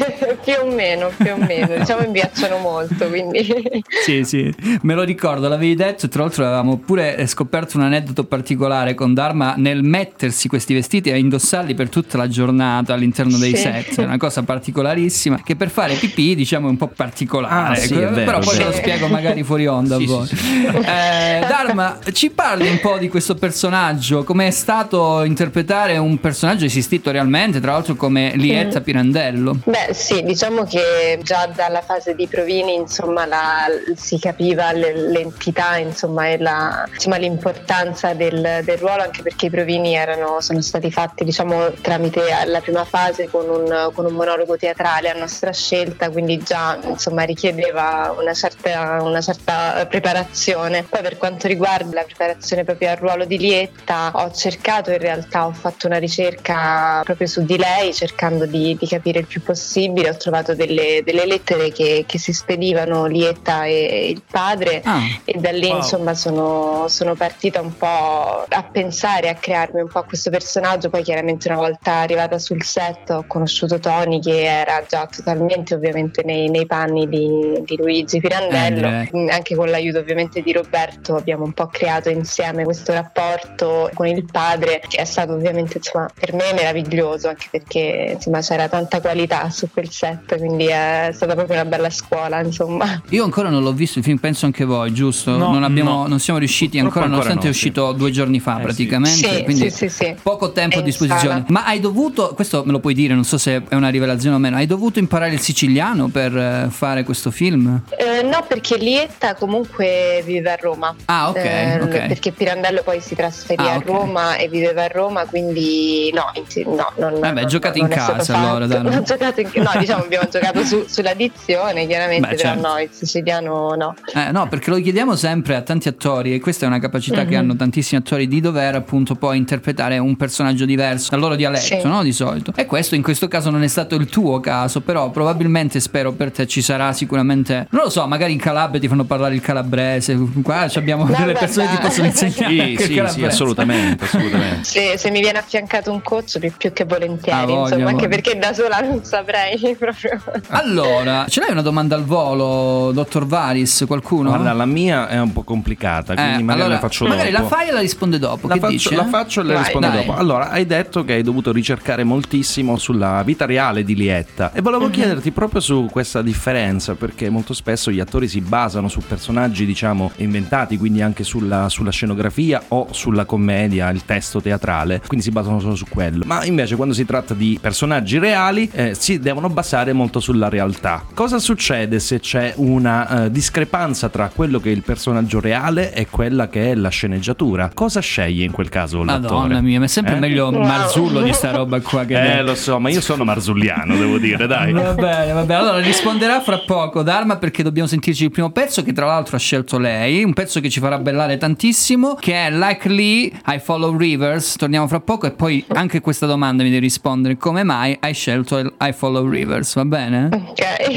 più o meno, più o meno. Diciamo mi piacciono molto, quindi... Sì, sì, me lo ricordo, l'avevi detto, e tra l'altro avevamo pure scoperto un aneddoto particolare con Dharma nel mettersi questi vestiti e indossarli per tutta la giornata all'interno dei Sì. set, è una cosa particolarissima che per fare pipì diciamo è un po' particolare, Ah, sì, è vero, però poi è te lo vero. spiego magari fuori onda. Sì, a voi. sì, sì. Eh, Dharma, ci parli un po' di questo personaggio, come è stato interpretare un personaggio esistito realmente, tra l'altro come Lietta Mm. Pirandello? Beh sì, diciamo che già dalla fase di Provini insomma la, si capiva l- l'entità insomma e la, insomma, l'importanza del, del ruolo, anche perché i provini erano, sono stati fatti diciamo tramite la prima fase con un, con un monologo teatrale a nostra scelta, quindi già insomma richiedeva una certa, una certa preparazione. Poi per quanto riguarda la preparazione proprio al ruolo di Lietta, ho cercato in realtà, ho fatto una ricerca proprio su di lei cercando di, di capire il più possibile. Ho trovato delle, delle lettere che, che si spedivano Lietta e il padre Ah, e da lì wow. insomma sono, sono partita un po' a pensare, a crearmi un po' questo personaggio. Poi chiaramente una volta arrivata sul set ho conosciuto Tony, che era già totalmente ovviamente nei, nei panni di, di Luigi Pirandello. Eh, direi. Mm, anche con l'aiuto ovviamente di Roberto abbiamo un po' creato insieme questo rapporto con il padre, che è stato ovviamente insomma per me meraviglioso, anche perché insomma c'era tanta qualità su quel set, quindi è stata proprio una bella scuola insomma. io ancora non l'ho visto il film, penso anche voi, giusto? No, non, abbiamo, no. non siamo riusciti Purtroppo ancora, ancora nonostante no, è uscito due giorni fa Eh, praticamente, sì. quindi Sì, sì, sì. poco tempo È a in disposizione. sala. Ma hai dovuto, questo me lo puoi dire, non so se è una rivelazione o meno, hai dovuto imparare il siciliano per eh, fare questo film? Eh, no, perché Lietta comunque vive a Roma. Ah, ok, Eh, ok. Perché Pirandello poi si trasferì Ah, a ok. Roma e viveva a Roma, quindi no, in- no non, Vabbè, non- giocate non in è stato casa, fatto. allora, dai. Non ho giocato in- no, diciamo abbiamo giocato su- sulla dizione chiaramente, Beh, però certo. no, il siciliano no. Eh, no, perché lo chiediamo sempre a tanti attori, e questa è una capacità che Mhm. hanno tantissimi attori, di dover appunto poi interpretare un personaggio diverso dal loro dialetto, Sì. no? Di solito. E questo in questo caso non è stato il tuo caso, però probabilmente, spero per te, ci sarà sicuramente, non lo so, magari in Calabria ti fanno parlare il calabrese, qua ci abbiamo No, delle persone che ti guarda. possono insegnare Sì, anche il sì, sì, calabrese. assolutamente, assolutamente. Se, se mi viene affiancato un coach più, più che volentieri, Ah, voglia, insomma, anche voglia. perché da sola non saprei proprio. Allora, ce l'hai una domanda al volo, dottor Varis? Qualcuno? Guarda, la mia è un po' complicata, quindi Eh, magari allora, la faccio magari dopo. la fai e la risponde dopo. La che faccio, dici? la eh? faccio e le Vai, rispondo dai. dopo. Allora, hai detto che hai dovuto ricercare moltissimo sulla vita reale di Lietta e volevo chiederti proprio su questa differenza, perché molto spesso gli attori si basano su personaggi, diciamo, inventati, quindi anche sulla, sulla scenografia o sulla commedia, il testo teatrale, quindi si basano solo su quello. Ma invece quando si tratta di personaggi reali eh, si devono basare molto sulla realtà. Cosa succede se c'è una eh, discrepanza tra quello che è il personaggio reale e quella che è la sceneggiatura? Cosa sceglie in quel caso l'attore? Madonna mia, ma è sempre Eh? meglio Wow. Marzullo di sta roba qua che Eh, lo so, ma io sono marzulliano, devo dire, dai. Va bene, va bene. Allora risponderà fra poco Dharma, perché dobbiamo sentirci il primo pezzo, che tra l'altro ha scelto lei, un pezzo che ci farà ballare tantissimo, che è Like Lee, I Follow Rivers. Torniamo fra poco e poi anche questa domanda mi devi rispondere: come mai hai scelto il I Follow Rivers, va bene? Ok.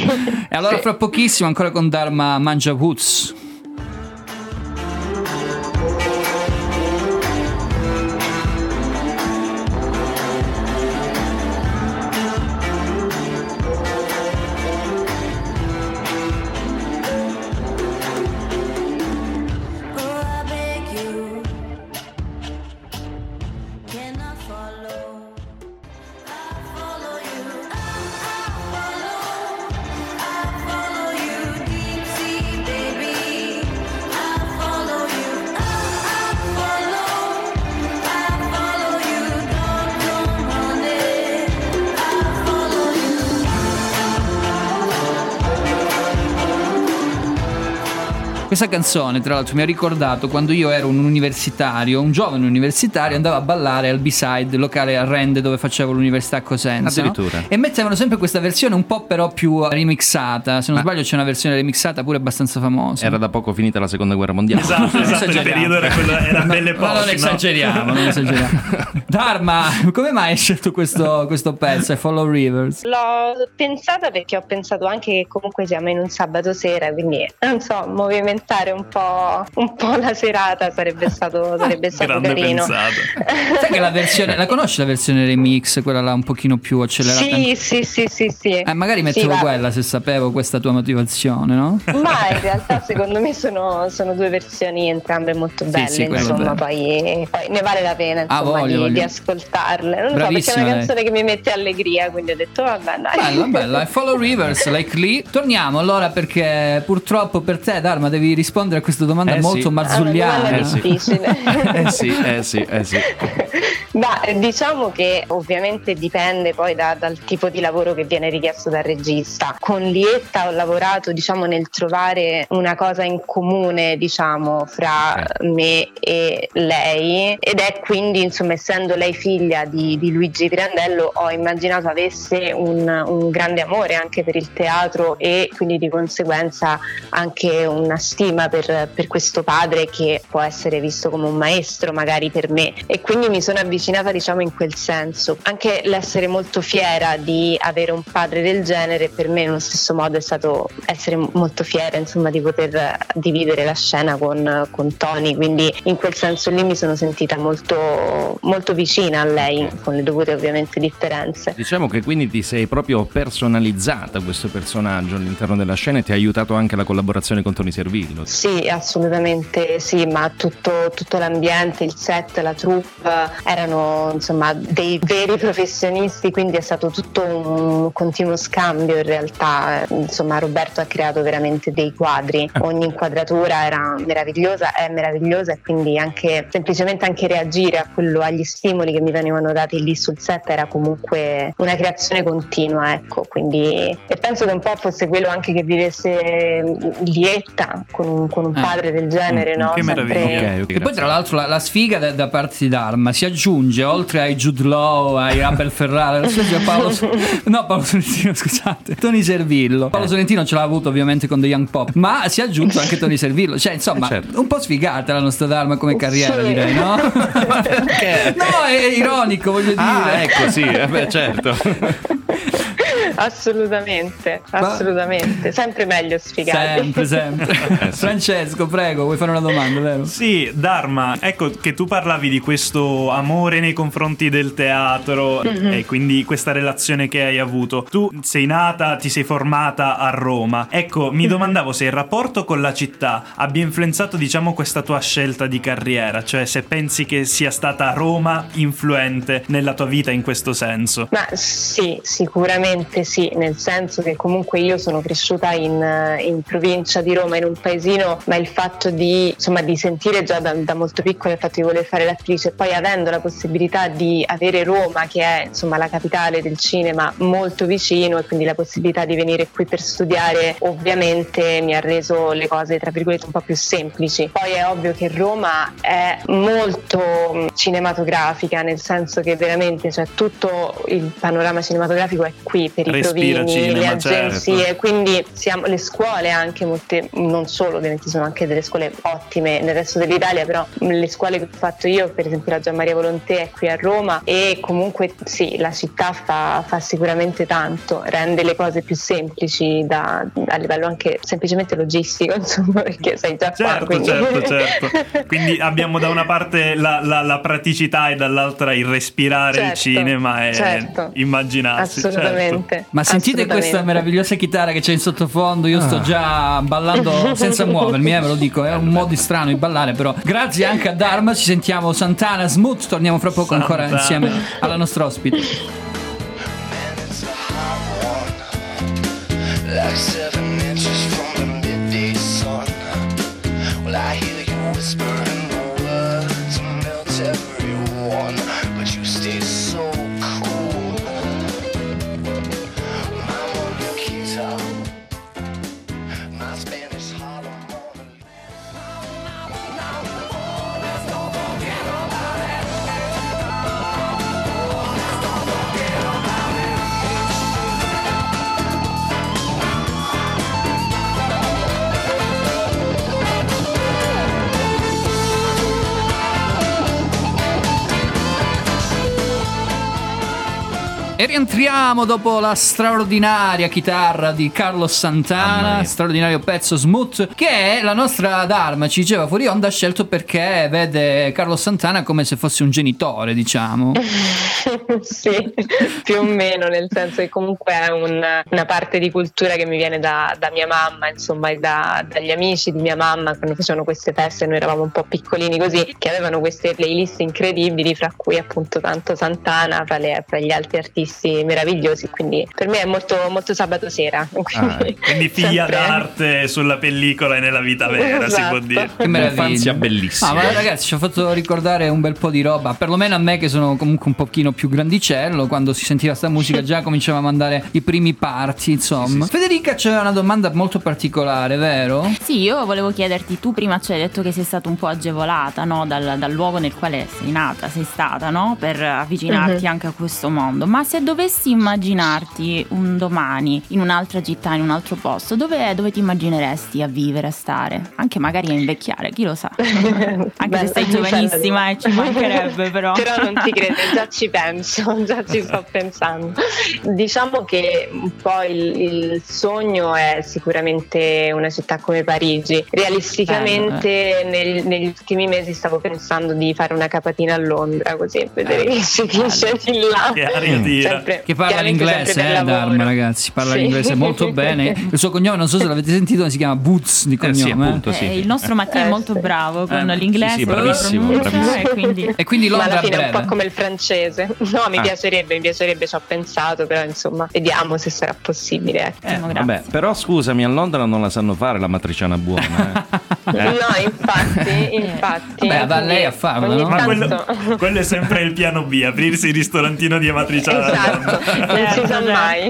E allora Sì. fra pochissimo ancora con Dharma Mangia Woods. Questa canzone, tra l'altro, mi ha ricordato quando io ero un universitario, un giovane universitario, andavo a ballare al B-side, locale a Rende, dove facevo l'università a Cosenza, no? Addirittura. E mettevano sempre questa versione un po' però più remixata. Se non Ma- sbaglio c'è una versione remixata pure abbastanza famosa. Era da poco finita la seconda guerra mondiale. Esatto, esatto, il periodo era quello, era belle Ma non poche, no? esageriamo, non esageriamo. Dharma, come mai hai scelto questo, questo pezzo, I Follow Rivers? L'ho pensata perché ho pensato anche che comunque siamo in un sabato sera, quindi non so, movimento complimentare un po', un po' la serata sarebbe stato, sarebbe stato Grande carino. pensato. Sai che la versione, la conosci la versione remix, quella là un pochino più accelerata? Sì, sì, sì, sì, sì. Eh, magari Sì, mettevo va- quella se sapevo questa tua motivazione, no? Ma in realtà secondo me sono, sono due versioni entrambe molto belle, sì, quello insomma, è poi, poi ne vale la pena Ah, insomma, voglio, di, voglio. di ascoltarle. Non lo so, perché è Bravissima una lei. canzone che mi mette allegria, quindi ho detto vabbè dai. Bella, bella, e Follow Rivers, Like Lee. Torniamo allora perché purtroppo per te, Dharma, devi rispondere a questa domanda Eh, molto sì. marzulliana. È una domanda difficile. Eh sì, eh sì, eh sì. Ma eh, diciamo che ovviamente dipende poi da- dal tipo di lavoro che viene richiesto dal regista. Con Lietta ho lavorato, diciamo, nel trovare una cosa in comune, diciamo, fra me e lei, ed è quindi, insomma, essendo lei figlia di, di Luigi Pirandello, ho immaginato avesse un, un grande amore anche per il teatro e quindi di conseguenza anche una stima per, per questo padre che può essere visto come un maestro magari per me, e quindi mi sono avvicinata, diciamo, in quel senso. Anche l'essere molto fiera di avere un padre del genere per me nello stesso modo è stato essere molto fiera, insomma, di poter dividere la scena con, con Tony, quindi in quel senso lì mi sono sentita molto, molto vicina a lei, con le dovute ovviamente differenze. Diciamo che quindi ti sei proprio personalizzata questo personaggio all'interno della scena e ti ha aiutato anche la collaborazione con Tony Servillo. Sì, assolutamente sì, ma tutto, tutto l'ambiente, il set, la troupe erano, insomma, dei veri professionisti, quindi è stato tutto un continuo scambio in realtà. Insomma, Roberto ha creato veramente dei quadri, ogni inquadratura era meravigliosa, è meravigliosa, e quindi anche semplicemente anche reagire a quello, agli stimoli che mi venivano dati lì sul set era comunque una creazione continua, ecco. Quindi, e penso che un po' fosse quello anche che vivesse Lietta con un, con un padre del genere, no? Che Sempre- meraviglia. E poi tra l'altro la, la sfiga da, da parte di Dharma si aggiunge, oltre ai Jude Law, ai Abel Ferrara, adesso c'è Paolo no Paolo Sorrentino, scusate, Tony Servillo. Paolo Sorrentino ce l'ha avuto ovviamente con The Young Pop, ma si è aggiunto anche Tony Servillo, cioè insomma Eh, certo. un po' sfigata la nostra Dharma come carriera, Sì. direi, no? Perché? No, è ironico, voglio dire. Ah, ecco, sì, eh beh, certo. Assolutamente, assolutamente, sempre meglio sfigati. Sempre, sempre. Francesco, prego, vuoi fare una domanda, vero? Sì, Dharma, ecco che tu parlavi di questo amore nei confronti del teatro Mhm. e quindi questa relazione che hai avuto. Tu sei nata, ti sei formata a Roma. Ecco, mi domandavo se il rapporto con la città abbia influenzato, diciamo, questa tua scelta di carriera, cioè se pensi che sia stata Roma influente nella tua vita in questo senso. Ma sì, sicuramente sì, nel senso che comunque io sono cresciuta in, in provincia di Roma, in un paesino, ma il fatto di, insomma, di sentire già da, da molto piccola il fatto di voler fare l'attrice, e poi avendo la possibilità di avere Roma, che è, insomma, la capitale del cinema, molto vicino, e quindi la possibilità di venire qui per studiare, ovviamente mi ha reso le cose, tra virgolette, un po' più semplici. Poi è ovvio che Roma è molto mh, cinematografica, nel senso che veramente, cioè, tutto il panorama cinematografico è qui per i Respira provini, cinema, le agenzie, certo. quindi siamo, le scuole anche molte, non solo, ovviamente sono anche delle scuole ottime nel resto dell'Italia, però le scuole che ho fatto io, per esempio la Gian Maria Volonté è qui a Roma, e comunque sì, la città fa, fa sicuramente tanto, rende le cose più semplici da, a livello anche semplicemente logistico, insomma, perché sei già qua, Certo, quindi... certo, certo. Quindi abbiamo da una parte la, la- la praticità e dall'altra il respirare il Certo, cinema e certo. immaginarsi. certo. Assolutamente. Ma sentite Assolutamente. questa meravigliosa chitarra che c'è in sottofondo, io sto già ballando senza muovermi, eh, ve lo dico, è un modo strano di ballare, però grazie anche a Dharma, ci sentiamo Santana, Smooth, torniamo fra poco ancora Santana. insieme alla nostra ospite. Like seven inches from the midday sun. Well, I hear you whispering the words, melt everyone, but you stay so cool. I'm on the guitar, my Spanish Harlem. E rientriamo dopo la straordinaria chitarra di Carlos Santana, straordinario pezzo Smooth, che la nostra Dharma ci diceva fuori onda ha scelto perché vede Carlos Santana come se fosse un genitore, diciamo. Sì, più o meno, nel senso che comunque è un- una parte di cultura che mi viene da, da mia mamma, insomma, e da- dagli amici di mia mamma quando facevano queste feste, noi eravamo un po' piccolini così, che avevano queste playlist incredibili, fra cui appunto tanto Santana fra, le- fra gli altri artisti meravigliosi, quindi per me è molto, molto sabato sera. Quindi, Quindi figlia sempre- d'arte sulla pellicola e nella vita vera, si può dire. Che meraviglia. Infanzia bellissima. Ah, ma ragazzi, ci ha fatto ricordare un bel po' di roba, perlomeno a me che sono comunque un pochino più grandicello, quando si sentiva sta musica già cominciava a mandare i primi parti, insomma. Federica c'era una domanda molto particolare, vero? Sì, io volevo chiederti, tu prima ci hai detto che sei stata un po' agevolata, no? dal, dal luogo nel quale sei nata, sei stata, no? Per avvicinarti Mhm. anche a questo mondo, ma se dovessi immaginarti un domani in un'altra città, in un altro posto, dove, dove ti immagineresti a vivere, a stare? Anche magari a invecchiare, chi lo sa? Anche se sei giovanissima e ci mancherebbe, però. Però non ti credo, già ci penso, già ci sto pensando. Diciamo che un po' il, il sogno è sicuramente una città come Parigi. Realisticamente nel- negli ultimi mesi stavo pensando di fare una capatina a Londra, così vedere che si finisce di là. Che aria tira. Sempre- Che parla chiaramente l'inglese, sempre eh, per lavoro. Dharma, ragazzi, parla Sì. l'inglese molto bene. Il suo cognome, non so se l'avete sentito, si chiama Boots di cognome. sì, appunto, sì. Eh, il nostro Mattia è molto bravo con Eh, l'inglese, sì, sì, con la bravissimo, pronuncia, bravissimo. e quindi E quindi Ma Londra alla a fine è un breve. po' come il francese. No, mi Ah. piacerebbe, mi piacerebbe, ci ho pensato, però insomma, vediamo se sarà possibile. ecco. siamo Vabbè, grazie. però scusami, a Londra non la sanno fare la matriciana buona. Eh. Eh. No, infatti, infatti. Vabbè, va lei a farlo, ogni no? Ma quello, tanto- quello è sempre il piano B, aprirsi il ristorantino di amatriciana. Esatto, non si sa mai.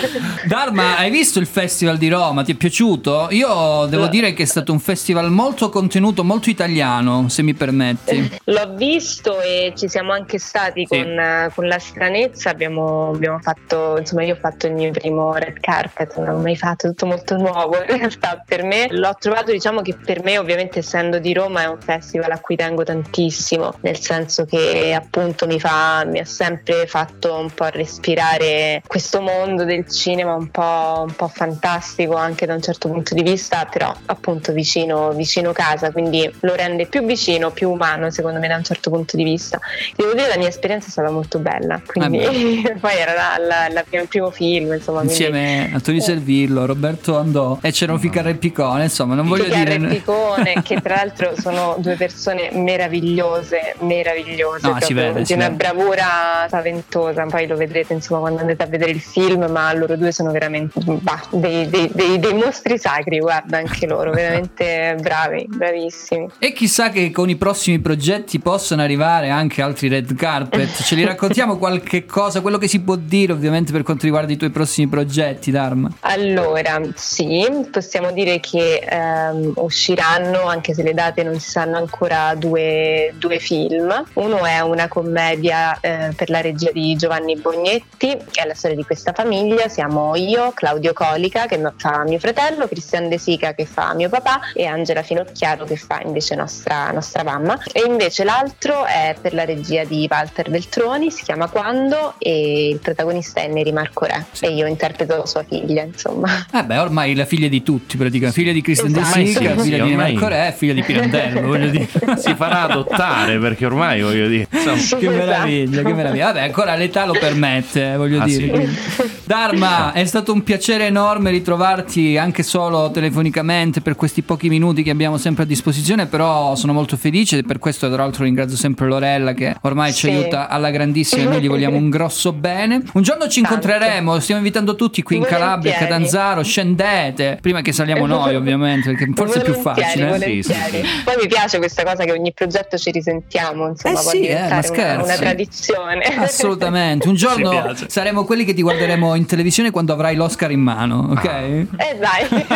Dharma, hai visto il festival di Roma? Ti è piaciuto? Io devo No. dire che è stato un festival molto contenuto, molto italiano, se mi permetti. L'ho visto e ci siamo anche stati Sì. con, eh, con la stranezza, abbiamo, abbiamo fatto, insomma io ho fatto il mio primo red carpet, non l'ho mai fatto, tutto molto nuovo in realtà per me. L'ho trovato, diciamo che per me ovviamente essendo di Roma è un festival a cui tengo tantissimo, nel senso che appunto mi fa, mi ha sempre fatto un po' respirare questo mondo del cinema un po', un po' fantastico anche da un certo punto di vista, però appunto vicino, vicino casa, quindi lo rende più vicino, più umano secondo me da un certo punto di vista. Devo dire la mia esperienza è stata molto bella, quindi poi era la, la, la prima- il primo film, insomma. quindi- Insieme a Antonio Servillo, Roberto Andò e c'era un Ficarra e Piccone, insomma, non voglio Ficarra dire... e Piccone, che tra l'altro sono due persone meravigliose, meravigliose, No, si proprio vede, di si una vede. bravura spaventosa. Poi lo vedrete insomma quando andate a vedere il film, ma loro due sono veramente bah, dei, dei- dei- dei mostri sacri, guarda, anche loro, veramente bravi, bravissimi. E chissà che con i prossimi progetti possano arrivare anche altri red carpet. Ce li raccontiamo qualche cosa, quello che si può dire ovviamente per quanto riguarda i tuoi prossimi progetti, Dharma. Allora, sì, possiamo dire che ehm, usciranno, anche se le date non si sanno ancora, due, due film. Uno è una commedia eh, per la regia di Giovanni Bognetti, che è la storia di questa famiglia. Siamo io, Claudio Colica, che fa mio fratello, Cristian De Sica, che fa mio papà, e Angela Finocchiaro, che fa invece nostra, nostra mamma. E invece l'altro è per la regia di Walter Veltroni, si chiama Quando, e il protagonista è Neri Marco Re, e io interpreto sua figlia, insomma. Eh beh, ormai la figlia di tutti, praticamente. Figlia di Cristian De Esatto. Sica, Sì, figlia sì, di ormai- Marco Re, figlia di Pirandello, voglio dire. Si farà adottare perché ormai voglio dire. insomma. Che meraviglia, che meraviglia. Vabbè, ancora l'età lo permette, eh, voglio Ah, dire. sì. quindi. Dharma, è stato un piacere enorme ritrovarti anche solo telefonicamente per questi pochi minuti che abbiamo sempre a disposizione, però sono molto felice e per questo tra l'altro ringrazio sempre Lorella che ormai ci Sì. aiuta alla grandissima e noi gli vogliamo un grosso bene. Un giorno ci Tanto. incontreremo, stiamo invitando tutti qui in Calabria, a Volentieri. Catanzaro, scendete, prima che saliamo noi ovviamente, perché forse è più Volentieri, facile. eh. Sì, sì, volentieri. Poi mi piace questa cosa che ogni progetto ci risentiamo, insomma, Eh può sì, eh, diventare ma una, scherzi. una tradizione. Assolutamente, un giorno Ci piace. saremo quelli che ti guarderemo in televisione quando avrai l'Oscar in mano, ok? Eh dai,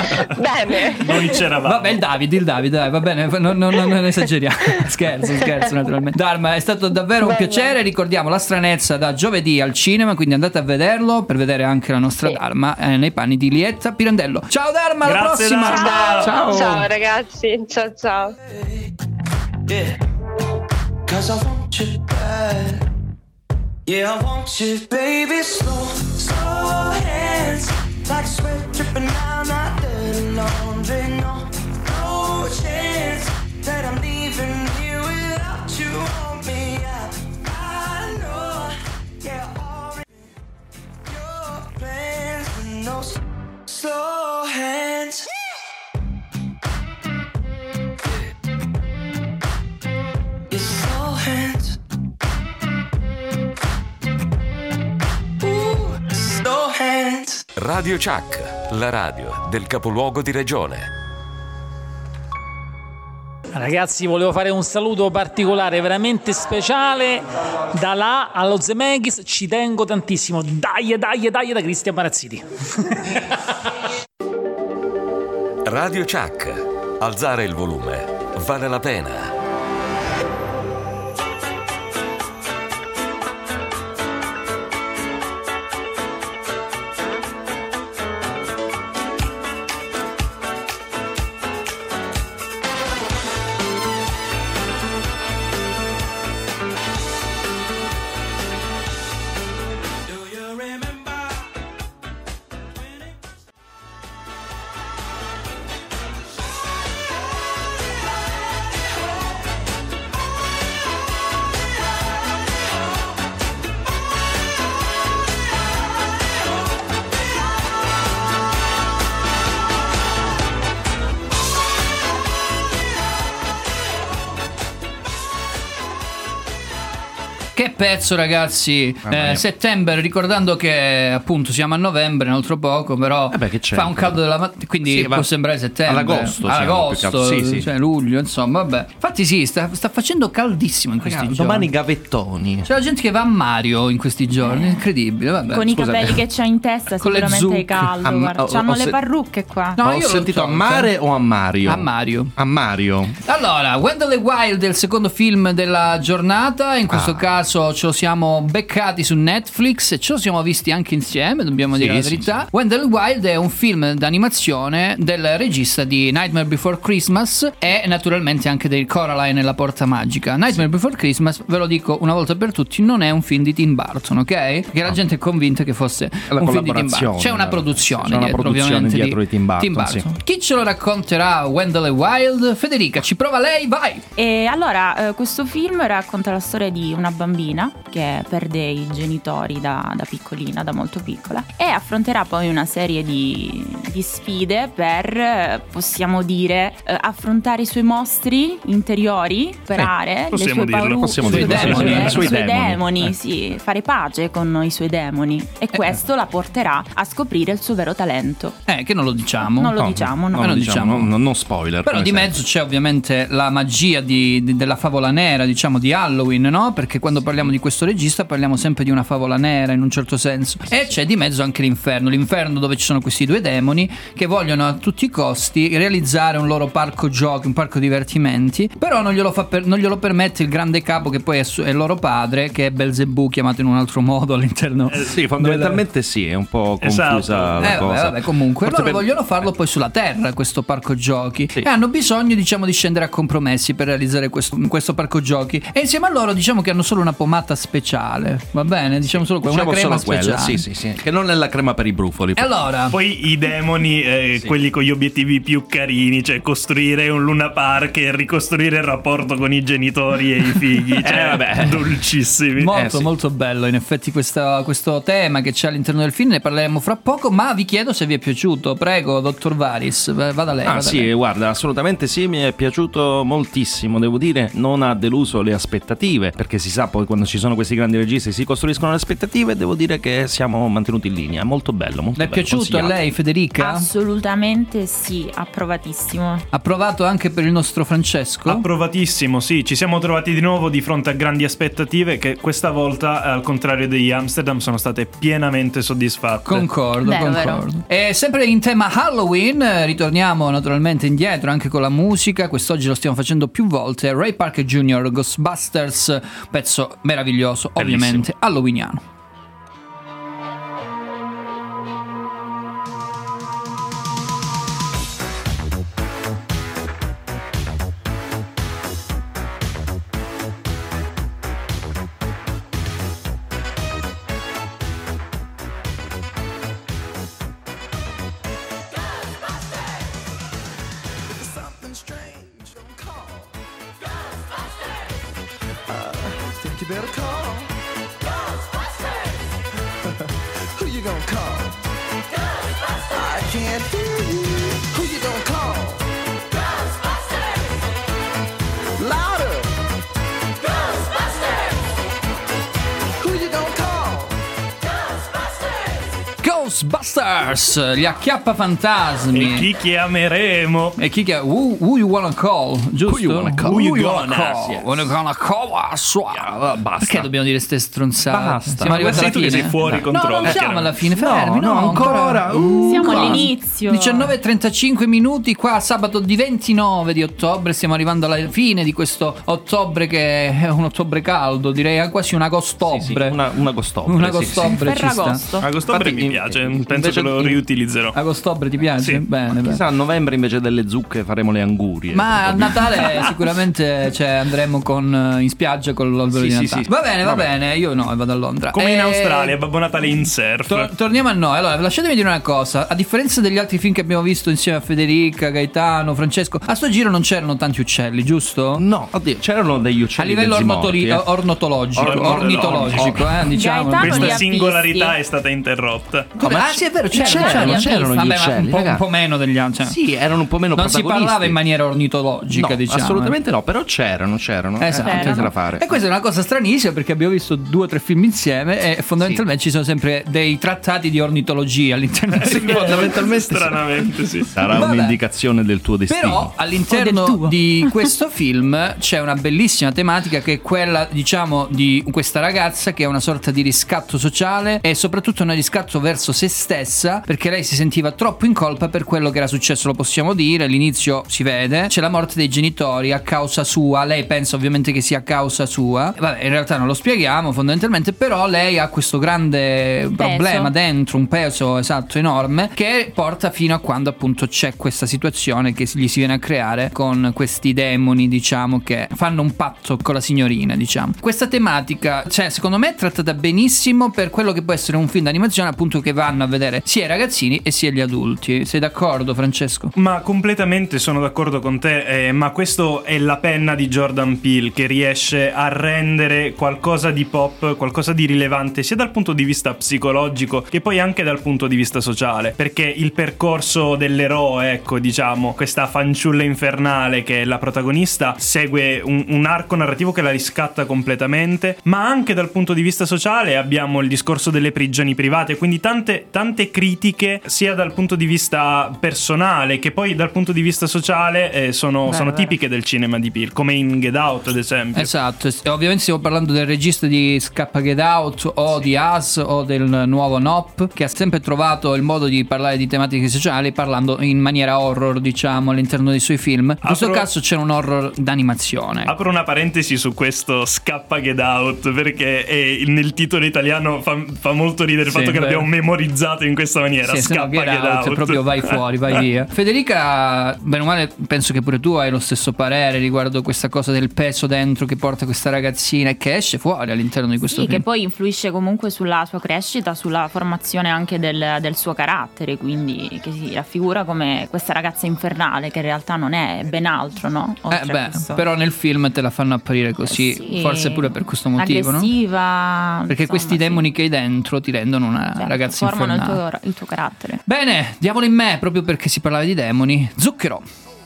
bene. Noi c'eravamo. Vabbè, il Davide, il Davide, dai, va bene, non, non- non- non esageriamo. scherzo, scherzo, naturalmente. Dharma, è stato davvero un Bene. piacere. Ricordiamo La Stranezza da giovedì al cinema, quindi andate a vederlo per vedere anche la nostra Sì. Dharma eh, nei panni di Lietta Pirandello. Ciao Dharma, alla Grazie, prossima. Dharma. Ciao, ciao ragazzi, ciao ciao. Yeah, cause I want you bad. Yeah, I want you, baby, slow, slow hands, like sweat dripping down my dirty laundry. No, no chance that I'm leaving here without you on me. I, I know, yeah, already your plans and those slow hands. Your slow hands. Radio Chuck, la radio del capoluogo di regione. Ragazzi, volevo fare un saluto particolare, veramente speciale, dalla A allo Zemeckis. Ci tengo tantissimo. Dai, dai, dai, da Cristian Marazziti. Radio Chuck, alzare il volume vale la pena. Che pezzo, ragazzi. eh, settembre, ricordando che appunto siamo a novembre, un altro poco, però Eh beh, che c'è? fa un caldo della mattina, quindi Sì, va- può sembrare settembre, all'agosto siamo, all'agosto, più che altro. Sì, sì. cioè luglio, insomma, vabbè. Infatti sì, sta, sta facendo caldissimo in questi Ragazzi, giorni. domani gavettoni. C'è la gente che va a Mario in questi giorni, incredibile, vabbè. Con i Scusate. capelli che c'ha in testa Con le sicuramente è zucche. caldo. Am- guarda. ho- C'hanno ho le se- parrucche qua. No, Ho io lo sentito so, a Mare o a Mario? A Mario. A Mario. Allora, Wendell e Wild è il secondo film della giornata, in questo Ah. caso ce lo siamo beccati su Netflix e ce lo siamo visti anche insieme, dobbiamo Sì, dire la sì, verità. Wendell e Wild è un film d'animazione del regista di Nightmare Before Christmas e naturalmente anche del Coraline e la Porta Magica. Nightmare Before Christmas, ve lo dico una volta per tutti, non è un film di Tim Burton, ok? Perché la gente è convinta che fosse La un film di Tim collaborazione, Burton. C'è una la- produzione c'è una dietro, produzione ovviamente, dietro di Tim Burton, sì. Chi ce lo racconterà? Wendell e Wild? Federica, ci prova lei, vai! E allora, eh, questo film racconta la storia di una bambina che perde i genitori da, da piccolina, da molto piccola, e affronterà poi una serie di, di sfide per, eh, possiamo dire, eh, affrontare i suoi mostri interiori, superare le possiamo sue dirlo, paure, possiamo i suoi dirlo, sì, demoni, sì, i i suoi suoi demoni, demoni, eh. sì, fare pace con i suoi demoni, e questo la porterà a scoprire il suo vero talento. Eh, che non lo diciamo. Non lo diciamo, no. Eh, non diciamo. no, no, non spoiler. Però come di sempre. mezzo c'è ovviamente la magia di, di- della favola nera, diciamo di Halloween, no? Perché quando parliamo di questo regista parliamo sempre di una favola nera in un certo senso. E c'è di mezzo anche l'inferno, l'inferno dove ci sono questi due demoni che vogliono a tutti i costi realizzare un loro parco giochi, un parco divertimenti, però non glielo, fa per- non glielo permette il grande capo che poi è, su- è loro padre, che è Belzebù chiamato in un altro modo all'interno. Sì, fondamentalmente sì, è un po' confusa Esatto. la Eh, cosa. vabbè, vabbè, comunque Forse loro per- vogliono farlo poi sulla terra, questo parco giochi, Sì. e hanno bisogno, diciamo, di scendere a compromessi per realizzare questo, questo parco giochi, e insieme a loro diciamo che hanno solo una pomata speciale, va bene, diciamo solo quella, Diciamo una crema solo quella, speciale. sì, sì, sì, che non è la crema per i brufoli. E allora Poi i demoni, eh, Sì. quelli con gli obiettivi più carini, cioè costruire un Luna Park e ricostruire il rapporto con i genitori e i figli, cioè Eh, vabbè. dolcissimi. molto eh, sì. molto bello in effetti questa- questo tema che c'è all'interno del film, ne parleremo fra poco, ma vi chiedo se vi è piaciuto. Prego, dottor Varis, v- vada lei. Ah vada sì, lei. guarda, assolutamente sì, mi è piaciuto moltissimo, devo dire, non ha deluso le aspettative, perché si sa poi quando ci sono questi grandi registi si costruiscono le aspettative, devo dire che siamo mantenuti in linea, molto bello, molto Le è bello, piaciuto a consigliato. lei, Federica? Assolutamente sì, approvatissimo. Approvato anche per il nostro Francesco? Approvatissimo, sì, ci siamo trovati di nuovo di fronte a grandi aspettative che questa volta, al contrario degli Amsterdam, sono state pienamente soddisfatte. Concordo, Vero, concordo. E sempre in tema Halloween, eh, ritorniamo naturalmente indietro anche con la musica. Quest'oggi lo stiamo facendo più volte. Ray Parker Junior, Ghostbusters, pezzo meraviglioso, Bellissimo. ovviamente halloweeniano. better call Ghostbusters. Who you gonna call? Ghostbusters. I can't hear you. Who you gonna call? Ghostbusters. Louder. Ghostbusters. Who you gonna call? Ghostbusters. Ghostbusters, gli acchiappafantasmi. E chi chiameremo? E chi chiama? Who, who you wanna call? Giusto? Who you wanna call? Who you Who you gonna gonna call? yes. Wanna gonna call? Ah, sua. Yeah, basta. Perché dobbiamo dire ste stronzate? Basta. Siamo arrivati sei alla tu che fine. sei fuori no, controllo, non siamo chiaramente. alla fine, fermi, No, no, no, ancora. Uh, Siamo qua. all'inizio. diciannove e trentacinque minuti qua, sabato di ventinove di ottobre. Stiamo arrivando alla fine di questo ottobre che è un ottobre caldo, direi quasi un agostottobre. Sì, sì, una, un agostottobre. Un sì, agostottobre ci sta. Ferragosto. Agostotbre Infatti, mi piace, in- penso invece- che lo riutilizzerò. Agostottobre ti piace? Sì. Bene, bene. Chissà, a novembre invece delle zucche faremo le angurie. Ma a Natale sicuramente cioè, andremo con, in spiaggia con l'albero Sì, di sì, Natale. sì. Va bene, va Vabbè. bene, io no, vado a Londra. Come in Eh, Australia, Babbo Natale in surf. tor- torniamo a noi. Allora, lasciatemi dire una cosa. A differenza degli altri film che abbiamo visto insieme a Federica, Gaetano, Francesco, a sto giro non c'erano tanti uccelli, giusto? No, oddio, c'erano degli A uccelli livello mezzi ornotoli- morti, eh. ornotologico, Ornitologico. ornitologico, eh, diciamo. Gaetano li Questa ha singolarità visti. è stata interrotta. Come- ma ah, sì, è vero, c'erano, c'erano, c'erano, c'erano gli Vabbè, ma uccelli, un po', un raga. po' meno degli altri. cioè. Sì, erano un po' meno Non si protagonisti. parlava in maniera ornitologica, No, diciamo. assolutamente no, però c'erano, c'erano. Esatto. Eh, C'erano. c'è da fare. E questa è una cosa stranissima perché abbiamo visto due o tre film insieme e fondamentalmente ci sono sempre dei trattati di ornitologia all'interno del film. Fondamentalmente sì. Stranamente, sì. Sarà Vabbè. un'indicazione del tuo destino. Però O del all'interno tuo. di questo film c'è una bellissima tematica che è quella, diciamo, di questa ragazza che è una sorta di riscatto sociale e soprattutto un riscatto verso se stessa perché lei si sentiva troppo in colpa per quello che era successo, lo possiamo dire. All'inizio si vede, c'è la morte dei genitori a causa sua, lei pensa ovviamente che sia a causa sua. Vabbè, in realtà non lo spieghiamo fondamentalmente, però lei ha questo grande problema dentro, un peso esatto enorme che porta fino a quando appunto c'è questa situazione che gli si viene a creare con questi demoni, diciamo, che fanno un patto con la signorina, diciamo. Questa tematica, cioè, secondo me è trattata benissimo per quello che può essere un film d'animazione appunto che vanno a vedere sia i ragazzini e sia gli adulti. Sei d'accordo, Francesco? Ma completamente sono d'accordo con te, eh, ma questo è la penna di Jordan Peele che riesce a rendere qualcosa di pop, qualcosa di rilevante sia dal punto di vista psicologico che poi anche dal punto di vista sociale, perché il percorso dell'eroe, ecco, diciamo, questa fanciulla infernale che è la protagonista segue un, un arco narrativo che la riscatta completamente, ma anche dal punto di vista sociale abbiamo il discorso delle prigioni private, quindi tante, tante critiche sia dal punto di vista personale che poi dal punto di vista sociale eh, sono, Beh, sono beh. tipiche del cinema di Peele, come in Get Out ad esempio. Esatto, e ovviamente stiamo parlando del regista di Scappa Get Out o di Us o del nuovo Nope, che ha sempre trovato il modo di parlare di tematiche sociali parlando in maniera horror, diciamo, all'interno dei suoi film. In questo Apro- caso c'è un horror d'animazione. Apro una parentesi su questo Scappa Get Out perché è- nel titolo italiano fa, fa molto ridere il Sì, fatto che vero. l'abbiamo memorizzato in questa maniera. Sì, se no, Scappa Get Get Out, Out, proprio vai fuori, vai via. Federica, bene o male, penso che pure tu hai lo stesso parere riguardo questa cosa del peso dentro che porta questa ragazzina e che esce fuori all'interno di questo Sì, film. che poi influisce comunque sulla sua crescita, sulla formazione anche del, del suo carattere, quindi che si raffigura come questa ragazza infernale che in realtà non è, è ben altro, no? Eh Oltre a beh, questo. però nel film te la fanno apparire così, Sì, forse pure per questo motivo, no? aggressiva, Perché insomma, questi sì. demoni che hai dentro ti rendono una Certo, ragazza formano il infernale. tuo, il tuo carattere. Bene, diavolo in me, proprio perché si parlava di demoni. Zucchero.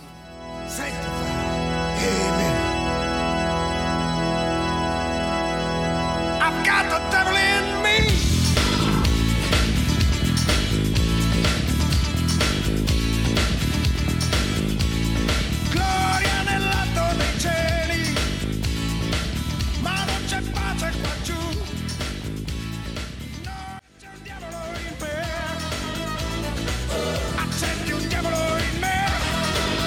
I've got the devil in me. Gloria nell'atto dei cieli, ma non c'è pace qua giù. No, c'è un diavolo in me. Accetti un diavolo in me.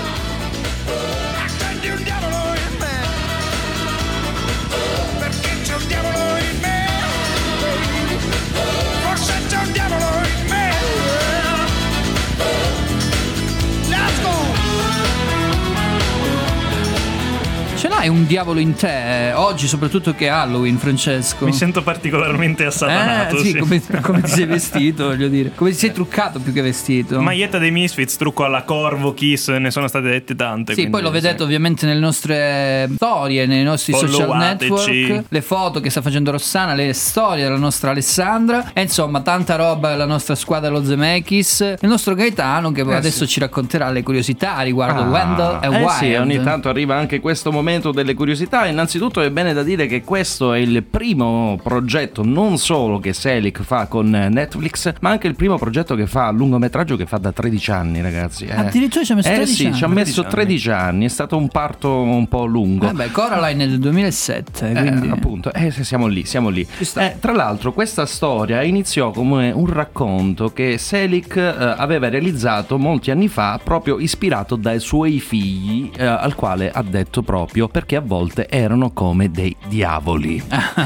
hai un diavolo in te, eh, oggi soprattutto che è Halloween, Francesco. Mi sento particolarmente assatanato. Eh, sì, sì. Come, per come ti sei vestito, voglio dire. Come ti sei truccato più che vestito. Maglietta dei Misfits, trucco alla Corvo, Kiss, ne sono state dette tante. Sì, poi lo vedete sì. ovviamente nelle nostre storie, nei nostri social Followateci. network, le foto che sta facendo Rossana, le storie della nostra Alessandra e insomma tanta roba della nostra squadra Lo Zemeckis, il nostro Gaetano che Eh, adesso sì. ci racconterà le curiosità riguardo Ah, Wendell e eh Wild. sì, ogni tanto arriva anche questo momento delle curiosità. Innanzitutto è bene da dire che questo è il primo progetto non solo che Selig fa con Netflix, ma anche il primo progetto che fa lungometraggio che fa da tredici anni, ragazzi. Eh. Addirittura ci ha messo eh tredici sì, anni. ci ha messo tredici anni, è stato un parto un po' lungo. Vabbè, Coraline nel duemilasette, quindi Eh, appunto, eh, se siamo lì, siamo lì. Eh, tra l'altro questa storia iniziò come un racconto che Selig eh, aveva realizzato molti anni fa, proprio ispirato dai suoi figli, eh, al quale ha detto proprio perché a volte erano come dei diavoli.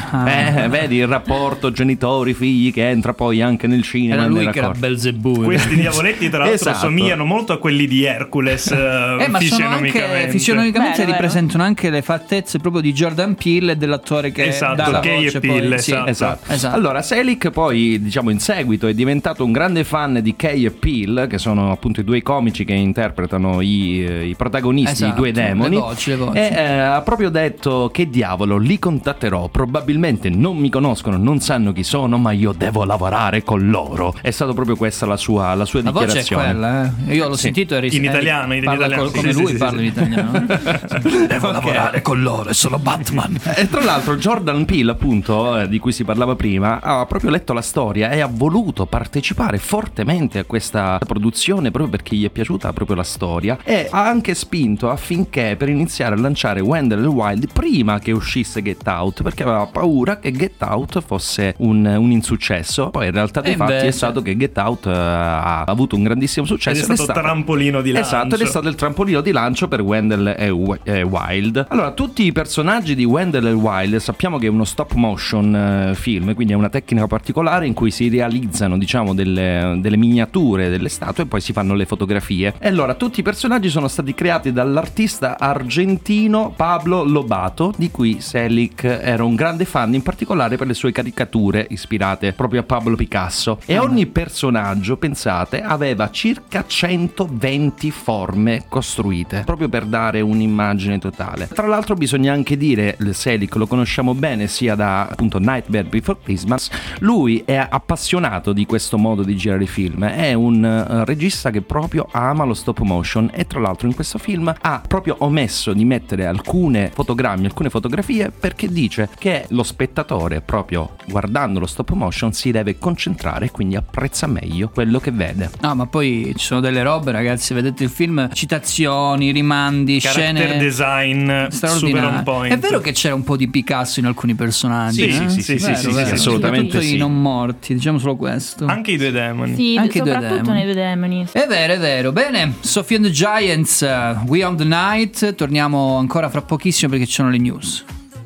eh, vedi il rapporto genitori-figli che entra poi anche nel cinema. era lui nel che era racconto. Belzebù. Questi diavoletti tra l'altro Esatto. somigliano molto a quelli di Hercules eh, Eh, ma sono anche fisionomicamente. fisionomicamente Vero, vero. ripresentano anche le fattezze proprio di Jordan Peele e dell'attore che Esatto, dà la Key voce e poi. Peele, Sì, esatto. Esatto. esatto. Allora Selig poi diciamo in seguito è diventato un grande fan di Key e Peele, che sono appunto i due comici che interpretano i, eh, i protagonisti, Esatto, i due demoni. le voci, le voci. E eh, ha proprio detto: che diavolo, li contatterò, probabilmente non mi conoscono, non sanno chi sono, ma io devo lavorare con loro. È stata proprio questa la sua, la sua La voce è dichiarazione. quella, eh. Io l'ho Sì. sentito e ris- In eh, italiano, in parla italiano, col- sì, come sì, lui sì, parla sì, in sì. italiano. Devo lavorare con loro, è solo Batman. E tra l'altro Jordan Peele, appunto, eh, di cui si parlava prima, ha proprio letto la storia e ha voluto partecipare fortemente a questa produzione proprio perché gli è piaciuta proprio la storia, e ha anche spinto affinché per iniziare a lanciare Wendell e Wild prima che uscisse Get Out, perché aveva paura che Get Out fosse un, un insuccesso. Poi in realtà dei E fatti invece- è stato che Get Out eh, ha avuto un grandissimo successo Ed è stato trampolino di lancio. Esatto, ed è stato il trampolino di lancio per Wendell e Wi- e Wild. Allora, tutti i personaggi di Wendell e Wild sappiamo che è uno stop motion eh, film, quindi è una tecnica particolare in cui si realizzano, diciamo, delle, delle miniature delle statue e poi si fanno le fotografie. E allora, tutti i personaggi sono stati creati dall'artista argentino Pablo Lobato, di cui Selig era un grande fan, in particolare per le sue caricature ispirate proprio a Pablo Picasso. E ogni personaggio, pensate, aveva circa centoventi forme costruite, proprio per dare un'immagine totale. Tra l'altro bisogna anche dire, Selig lo conosciamo bene sia da appunto Nightmare Before Christmas, lui è appassionato di questo modo di girare i film, è un uh, regista che proprio ama lo stop motion, e tra l'altro in questo film ha proprio omesso di mettere alcune fotogrammi, alcune fotografie, perché dice che lo spettatore proprio guardando lo stop motion si deve concentrare e quindi apprezza meglio quello che vede. No, ma poi ci sono delle robe, ragazzi, vedete il film, citazioni, rimandi, Character scene design super straordinarie. on point. È vero che c'era un po' di Picasso in alcuni personaggi. Sì, eh? sì, sì, sì, Vero, sì, vero. sì, assolutamente Soprattutto sì. i non morti, diciamo solo questo. Anche i due demoni. Sì, Anche i due soprattutto demoni. nei due demoni. È vero, è vero. Bene, Sophie and the Giants, uh, We on the Night. Torniamo ancora fra pochissimo perché ci sono le news.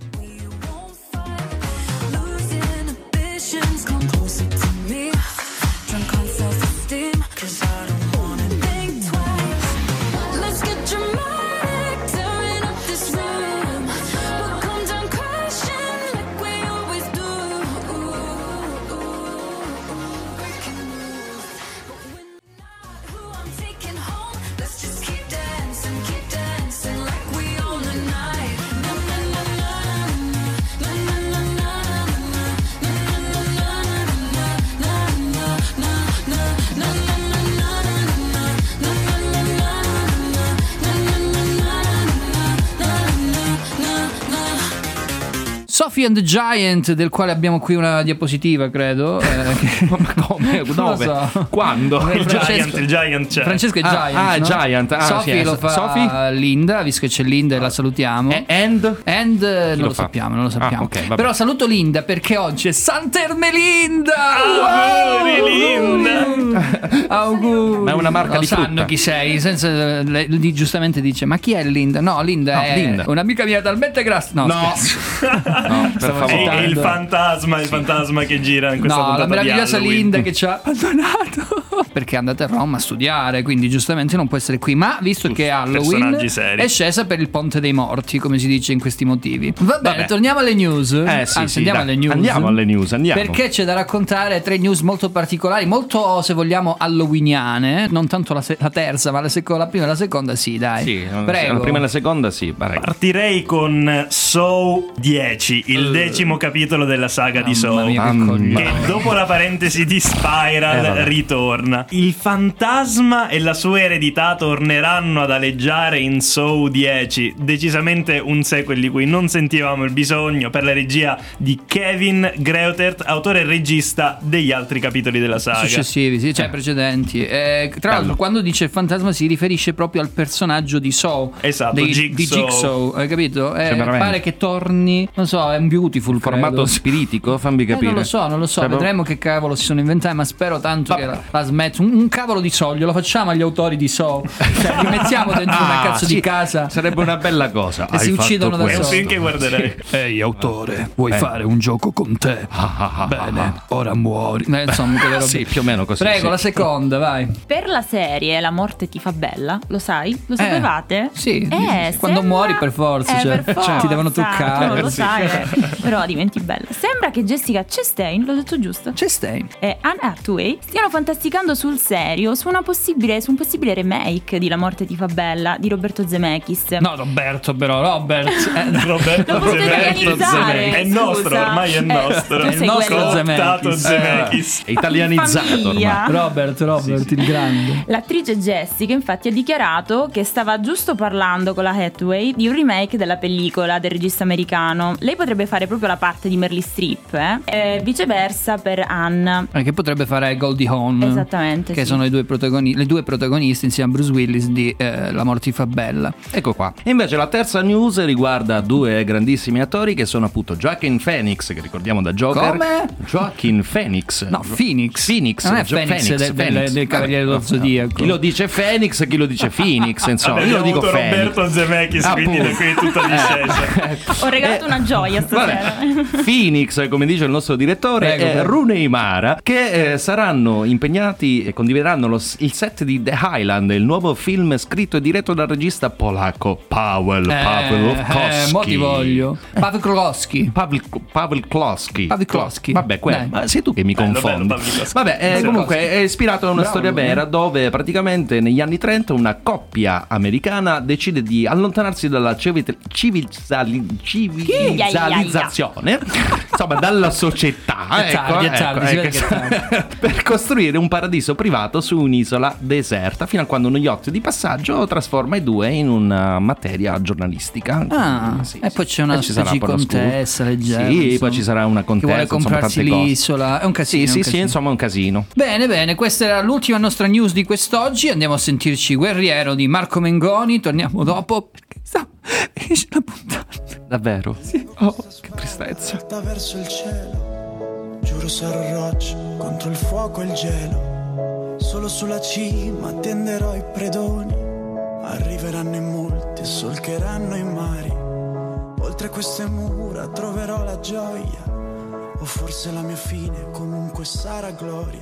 Sophie and the Giant, del quale abbiamo qui una diapositiva, credo. Eh, che... Come? Non lo Dove? so. Quando? Il Francesco- Giant, il Giant c'è. Francesco è Ah, Giant. ah, è no? Giant, ah, Sophie sì, lo fa Sophie? Linda, visto che c'è Linda e la salutiamo. E- And? And eh, non lo lo, fa? sappiamo, non lo sappiamo. Ah, ok, vabbè. Però saluto Linda perché oggi è Sant'Ermelinda. Auguri, Linda! Auguri. Ma è una marca Lo di sanno frutta. chi sei, senza lei lei giustamente dice "Ma chi è Linda?". No, Linda No, è Linda. un'amica mia talmente grassa. No, No. scherzo. No, per Stavo È favore. citando- il fantasma, il fantasma che gira in questa No, puntata la di meravigliosa Halloween. Linda che ci ha abbandonato. perché è andata a Roma a studiare, quindi giustamente non può essere qui. Ma visto che Halloween personaggi seri. è scesa per il Ponte dei Morti, come si dice in questi motivi. Va bene, Vabbè. torniamo alle news. Eh sì, Anzi, sì, andiamo dai. alle news. Andiamo alle news, andiamo. Perché c'è da raccontare tre news molto particolari, molto, se vogliamo, halloweeniane. Non tanto la, se- la terza, ma la, seco- la prima e la seconda, sì, dai. Sì, Prego. la prima e la seconda sì, prego. Partirei con Saw dieci, il decimo capitolo della saga di Saw, mia, che Mamma che mia. dopo la parentesi di Eh, Spiral vabbè. ritorna. Il fantasma e la sua eredità torneranno ad aleggiare in Saw dieci, decisamente un sequel di cui non sentivamo il bisogno, per la regia di Kevin Greutert, autore e regista degli altri capitoli della saga. Successivi, sì, cioè precedenti. Eh, tra l'altro, quando dice il fantasma si riferisce proprio al personaggio di Saw. Esatto, dei- Jigsaw. di Jigsaw, hai capito? Eh, Cioè, veramente. pare che torni, non so, è un beautiful Formato credo. spiritico, fammi Eh, capire. non lo so, non lo so, Cioè, vedremo che cavolo si sono inventati, ma spero tanto Vabbè. che la, la smetto. Un, un cavolo di Saw, lo facciamo agli autori di Saw. Cioè, li mettiamo dentro una Ah, cazzo sì, di casa. sarebbe una bella cosa. E si Hai fatto uccidono da questo. soli. Finché guarderei. Ehi autore, vuoi Eh. fare un gioco con te? Bene, ora muori. Eh, insomma, quelle robe. Sì, più o meno così. Prego, sì. la seconda, vai. Per la serie La morte ti fa bella, lo sai? Lo sapevate? Sì, Eh, quando sembra- muori per forza, Eh, cioè, per cioè, ti devono forza, toccare. tu non lo Sì. sai, eh. Però diventi bella. Sembra che Jessica Chastain, l'ho detto giusto? Chastain. E Anne Hathaway stiano fantasticando sul serio su, una possibile, su un possibile remake di La morte ti fa bella di Roberto Zemeckis. No, Roberto, però, Robert. Eh, Roberto Lo posso Zemeckis. italianizzare, È nostro, scusa. ormai è Eh, nostro. tu È il sei nostro quello- Cooptato Zemeckis. Zemeckis. È italianizzato Famiglia. ormai. Robert, Robert, il grande. L'attrice Jessica infatti ha dichiarato che stava giusto parlando con la Hathaway di un remake della pellicola del regista americano. Lei potrebbe fare proprio la parte di Meryl Streep, eh? E viceversa per Anne. Eh, che potrebbe fare Goldie Hawn. Esattamente, Che sì. sono i due protagoni- le due protagoniste insieme a Bruce Willis di eh, La morte ti fa bella. Ecco qua. E invece la terza news riguarda due grandissimi attori che sono appunto Joaquin Phoenix, che ricordiamo da Joker. Come? Joaquin Phoenix. No, Phoenix. Phoenix. Non è Gio- Phoenix del- del- Phoenix. del Cavaliere dello No, Zodiaco. Chi lo dice Phoenix, chi lo dice Phoenix, insomma. Vabbè, Io lo abbiamo dico avuto Phoenix. Roberto Zemeckis, quindi da qui è tutta discesa. Ho regalato una gioia stasera. Phoenix, come dice il nostro direttore, Prego, e prego. Rooney Mara, che eh, saranno impegnati e condivideranno lo s- il set di The Highland, il nuovo film scritto e diretto dal regista polacco Paweł Eh, Pawlikowski. eh, mo ti voglio. Paweł Klosky. Paweł Paweł Klosky. Paweł Klosky. Vabbè, que- Dai. ma sei tu che mi Bello, confondi. bello, Pawlikowski. Vabbè, eh, Bello. comunque è ispirato a una Bravo, storia lui, vera eh. dove praticamente negli anni trenta una coppia americana decide di allontanarsi dalla civil- civilizali- civilizzazione, insomma dalla società, È ecco, tardi, è tardi, ecco, si vede ecco, che è tardi. per costruire un paradiso privato su un'isola deserta, fino a quando uno yacht di passaggio trasforma i due in una materia giornalistica. Ah, Sì, e sì. poi c'è una E ci sarà specie di poi lo scoop. contessa leggera. Sì, insomma, poi ci sarà una che vuole contessa, insomma, comprarsi tante cose. l'isola. È un casino. Sì, è un sì, sì, casino. insomma, è un casino. Bene, bene, questa era l'ultima nostra news di quest'oggi. Andiamo a sentirci Guerriero di Marco Mengoni. Torniamo dopo perché sta finisce la puntata. Davvero? Sì. Oh, che tristezza. Porta verso il cielo, giuro sarò roccia contro il fuoco e il gelo. Solo sulla cima tenderò i predoni. Arriveranno in molti e solcheranno i mari. Oltre queste mura troverò la gioia. O forse la mia fine comunque sarà gloria.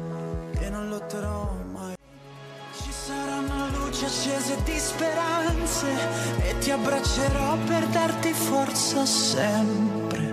E non lotterò mai. Ci saranno luci accese di speranze. E ti abbraccerò per darti forza sempre.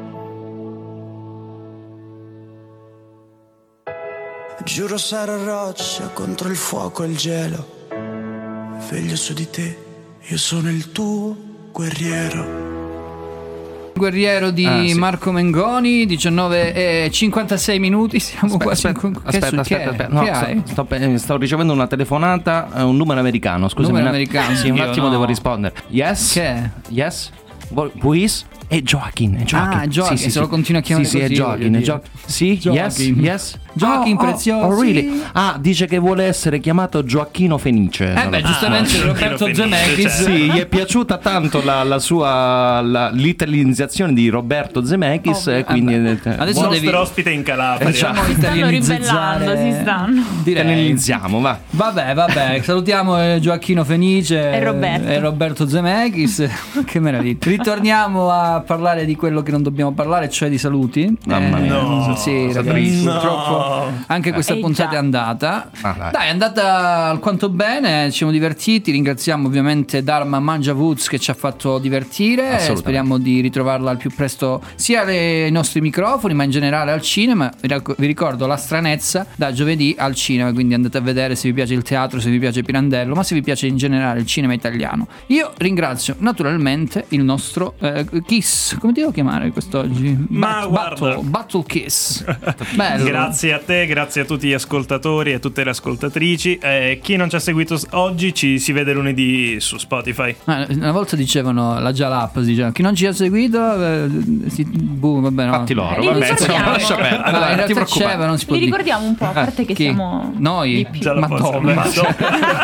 Giuro sarò roccia contro il fuoco e il gelo. Veglio su di te, io sono il tuo guerriero. Guerriero di Ah, sì. Marco Mengoni, diciannove e cinquantasei minuti. Siamo Aspetta, quasi aspetta, in con- che aspetta, su- aspetta, che- aspetta. No, che hai? sto, sto pe- sto ricevendo una telefonata, eh, un numero americano. Scusami, Numero un att- americano, Sì, un io attimo no. devo rispondere. Yes? Che? Yes? Who who is? È Joaquin, è Joaquin. Ah, Joaquin, Sì, sì, se lo sì. continua a chiamare Sì, sì, così, è Joaquin, voglio è dire. Joaquin. Sì, Joaquin. yes, yes. Joaquin Oh, oh, prezioso. Oh, really? Ah, dice che vuole essere chiamato Gioacchino Fenice. Eh beh, giustamente Ah, Roberto Fenice, Zemeckis. cioè. Sì, gli è piaciuta tanto la, la sua la, l'italianizzazione di Roberto Zemeckis e quindi eh, Adesso Nostro devi- ospite in Calabria. Facciamo Si stanno italianizzare. ribellando, si stanno. Direi. italianizziamo, va. Vabbè, vabbè, salutiamo eh, Gioacchino Fenice E Roberto. e Roberto Zemeckis. Che meraviglia. Ritorniamo a parlare di quello che non dobbiamo parlare, cioè di saluti. Mamma mia. No. Sì, Cosa ragazzi, triste. purtroppo anche questa Eh, puntata già. è andata. Ah, dai. Dai, è andata alquanto bene, ci siamo divertiti. Ringraziamo ovviamente Dharma Mangia Woods che ci ha fatto divertire. Assolutamente. Speriamo di ritrovarla al più presto sia ai nostri microfoni, ma in generale al cinema. Vi rac- vi ricordo La Stranezza da giovedì al cinema, quindi andate a vedere se vi piace il teatro, se vi piace Pirandello, ma se vi piace in generale il cinema italiano. Io ringrazio naturalmente il nostro eh, Kiss, come ti devo chiamare quest'oggi? Ma Bat- guarda. Battle, Battle Kiss. Bello. Grazie a te, grazie a tutti gli ascoltatori e a tutte le ascoltatrici. Eh, chi non ci ha seguito s- oggi ci si vede lunedì su Spotify. Ah, una volta dicevano la Jalap, dicevano chi non ci ha seguito eh, si, boh, vabbè, no. Fatti loro, Li vabbè, ricordiamo. insomma, lascia perdere. Allora, in Allora, ti realtà preoccupare. c'è, ma non si può Li dire. ricordiamo un po', a parte che Chi? siamo Noi? di più. Già la Ma posso- dove? ma so-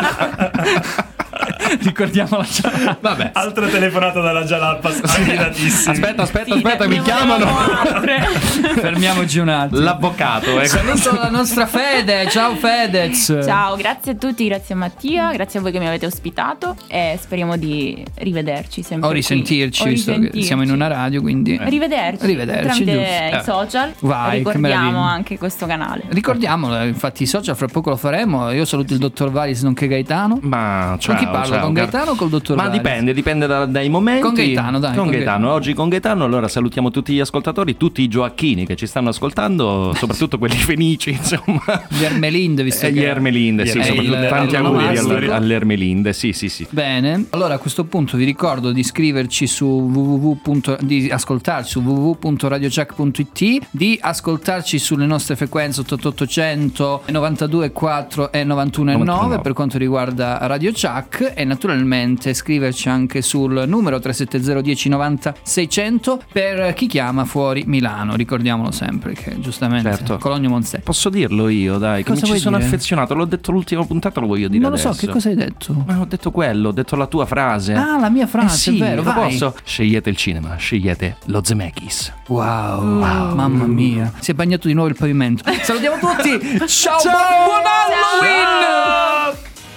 Ricordiamo la Jalap. Vabbè. Altra telefonata dalla Jalappas, affidatissimi. Aspetta, aspetta, Sì, aspetta, ne mi chiamano. volevamo altre. Fermiamoci un attimo. L'avvocato, ecco. Saluto la nostra Fede. Ciao Fedez. Ciao, grazie a tutti, grazie a Mattia, grazie a voi che mi avete ospitato e speriamo di rivederci sempre O risentirci, qui. O visto che risentirci. siamo in una radio, quindi Rivederci, Rivederci, tramite giusto. i social. Vai, che Ricordiamo meraviglia. anche questo canale. ricordiamolo, infatti i social fra poco lo faremo. Io saluto il dottor Valis nonché Gaetano. Ma ciao, Con chi parlo? ciao, Con car- Gaetano o col dottor Ma Valis? dipende, dipende da- dai momenti. Con Gaetano, dai, Con con Gaetano. Gaetano. Oggi con Gaetano, allora salutiamo tutti gli ascoltatori, tutti i gioacchini che ci stanno ascoltando, soprattutto quelli fenici, insomma. Gli Ermelinde, visto E che gli Ermelinde, sì, Gli soprattutto Ermelinde, tanti l'anno auguri massimo. alle, alle Ermelinde, sì, sì, sì. Bene, allora a questo punto vi ricordo di iscriverci su www. di ascoltarci su www punto radiochuck punto it, di ascoltarci sulle nostre frequenze ottantotto novantadue virgola quattro e novantuno virgola nove per quanto riguarda Radio Chuck, e naturalmente scriverci anche sul numero tre sette zero uno zero nove zero sei zero zero per chi chiama fuori Milano. Ricordiamolo sempre che giustamente Certo. Cologno Monzè. Posso dirlo io, dai, che Cosa mi ci vuoi sono dire? affezionato, l'ho detto l'ultima puntata, lo voglio dire Non lo so, adesso. che cosa hai detto? Ma ho detto quello, ho detto la tua frase. Ah, la mia frase, Eh sì, è vero, lo vai. posso? Scegliete il cinema, scegliete lo Zemeckis. Wow, mamma mia, si è bagnato di nuovo il pavimento. Salutiamo tutti. Ciao, buon, buon Halloween.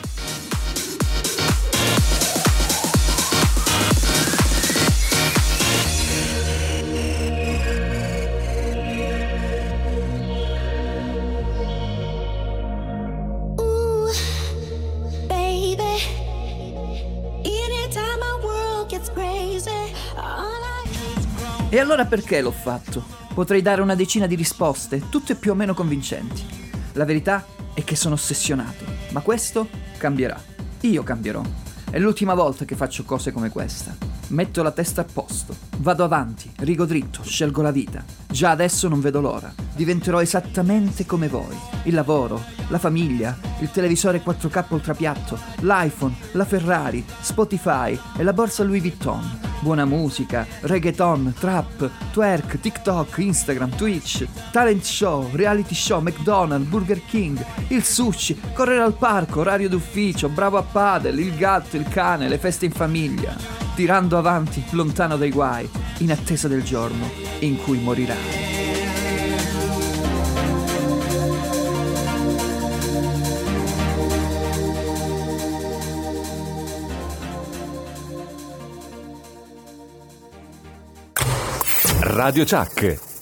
Ooh, baby. Anytime my world gets crazy, all I E allora perché l'ho fatto? Potrei dare una decina di risposte, tutte più o meno convincenti. La verità è che sono ossessionato, ma questo cambierà. Io cambierò. È l'ultima volta che faccio cose come questa. Metto la testa a posto, vado avanti, rigo dritto, scelgo la vita. Già adesso non vedo l'ora. Diventerò esattamente come voi. Il lavoro, la famiglia, il televisore quattro K ultrapiatto, l'iPhone, la Ferrari, Spotify e la borsa Louis Vuitton. Buona musica, reggaeton, trap, twerk, TikTok, Instagram, Twitch, talent show, reality show, McDonald's, Burger King, il sushi, correre al parco, orario d'ufficio, bravo a padel, il gatto, il cane, le feste in famiglia. Tirando avanti, lontano dai guai, in attesa del giorno in cui morirai. Radio Chuck.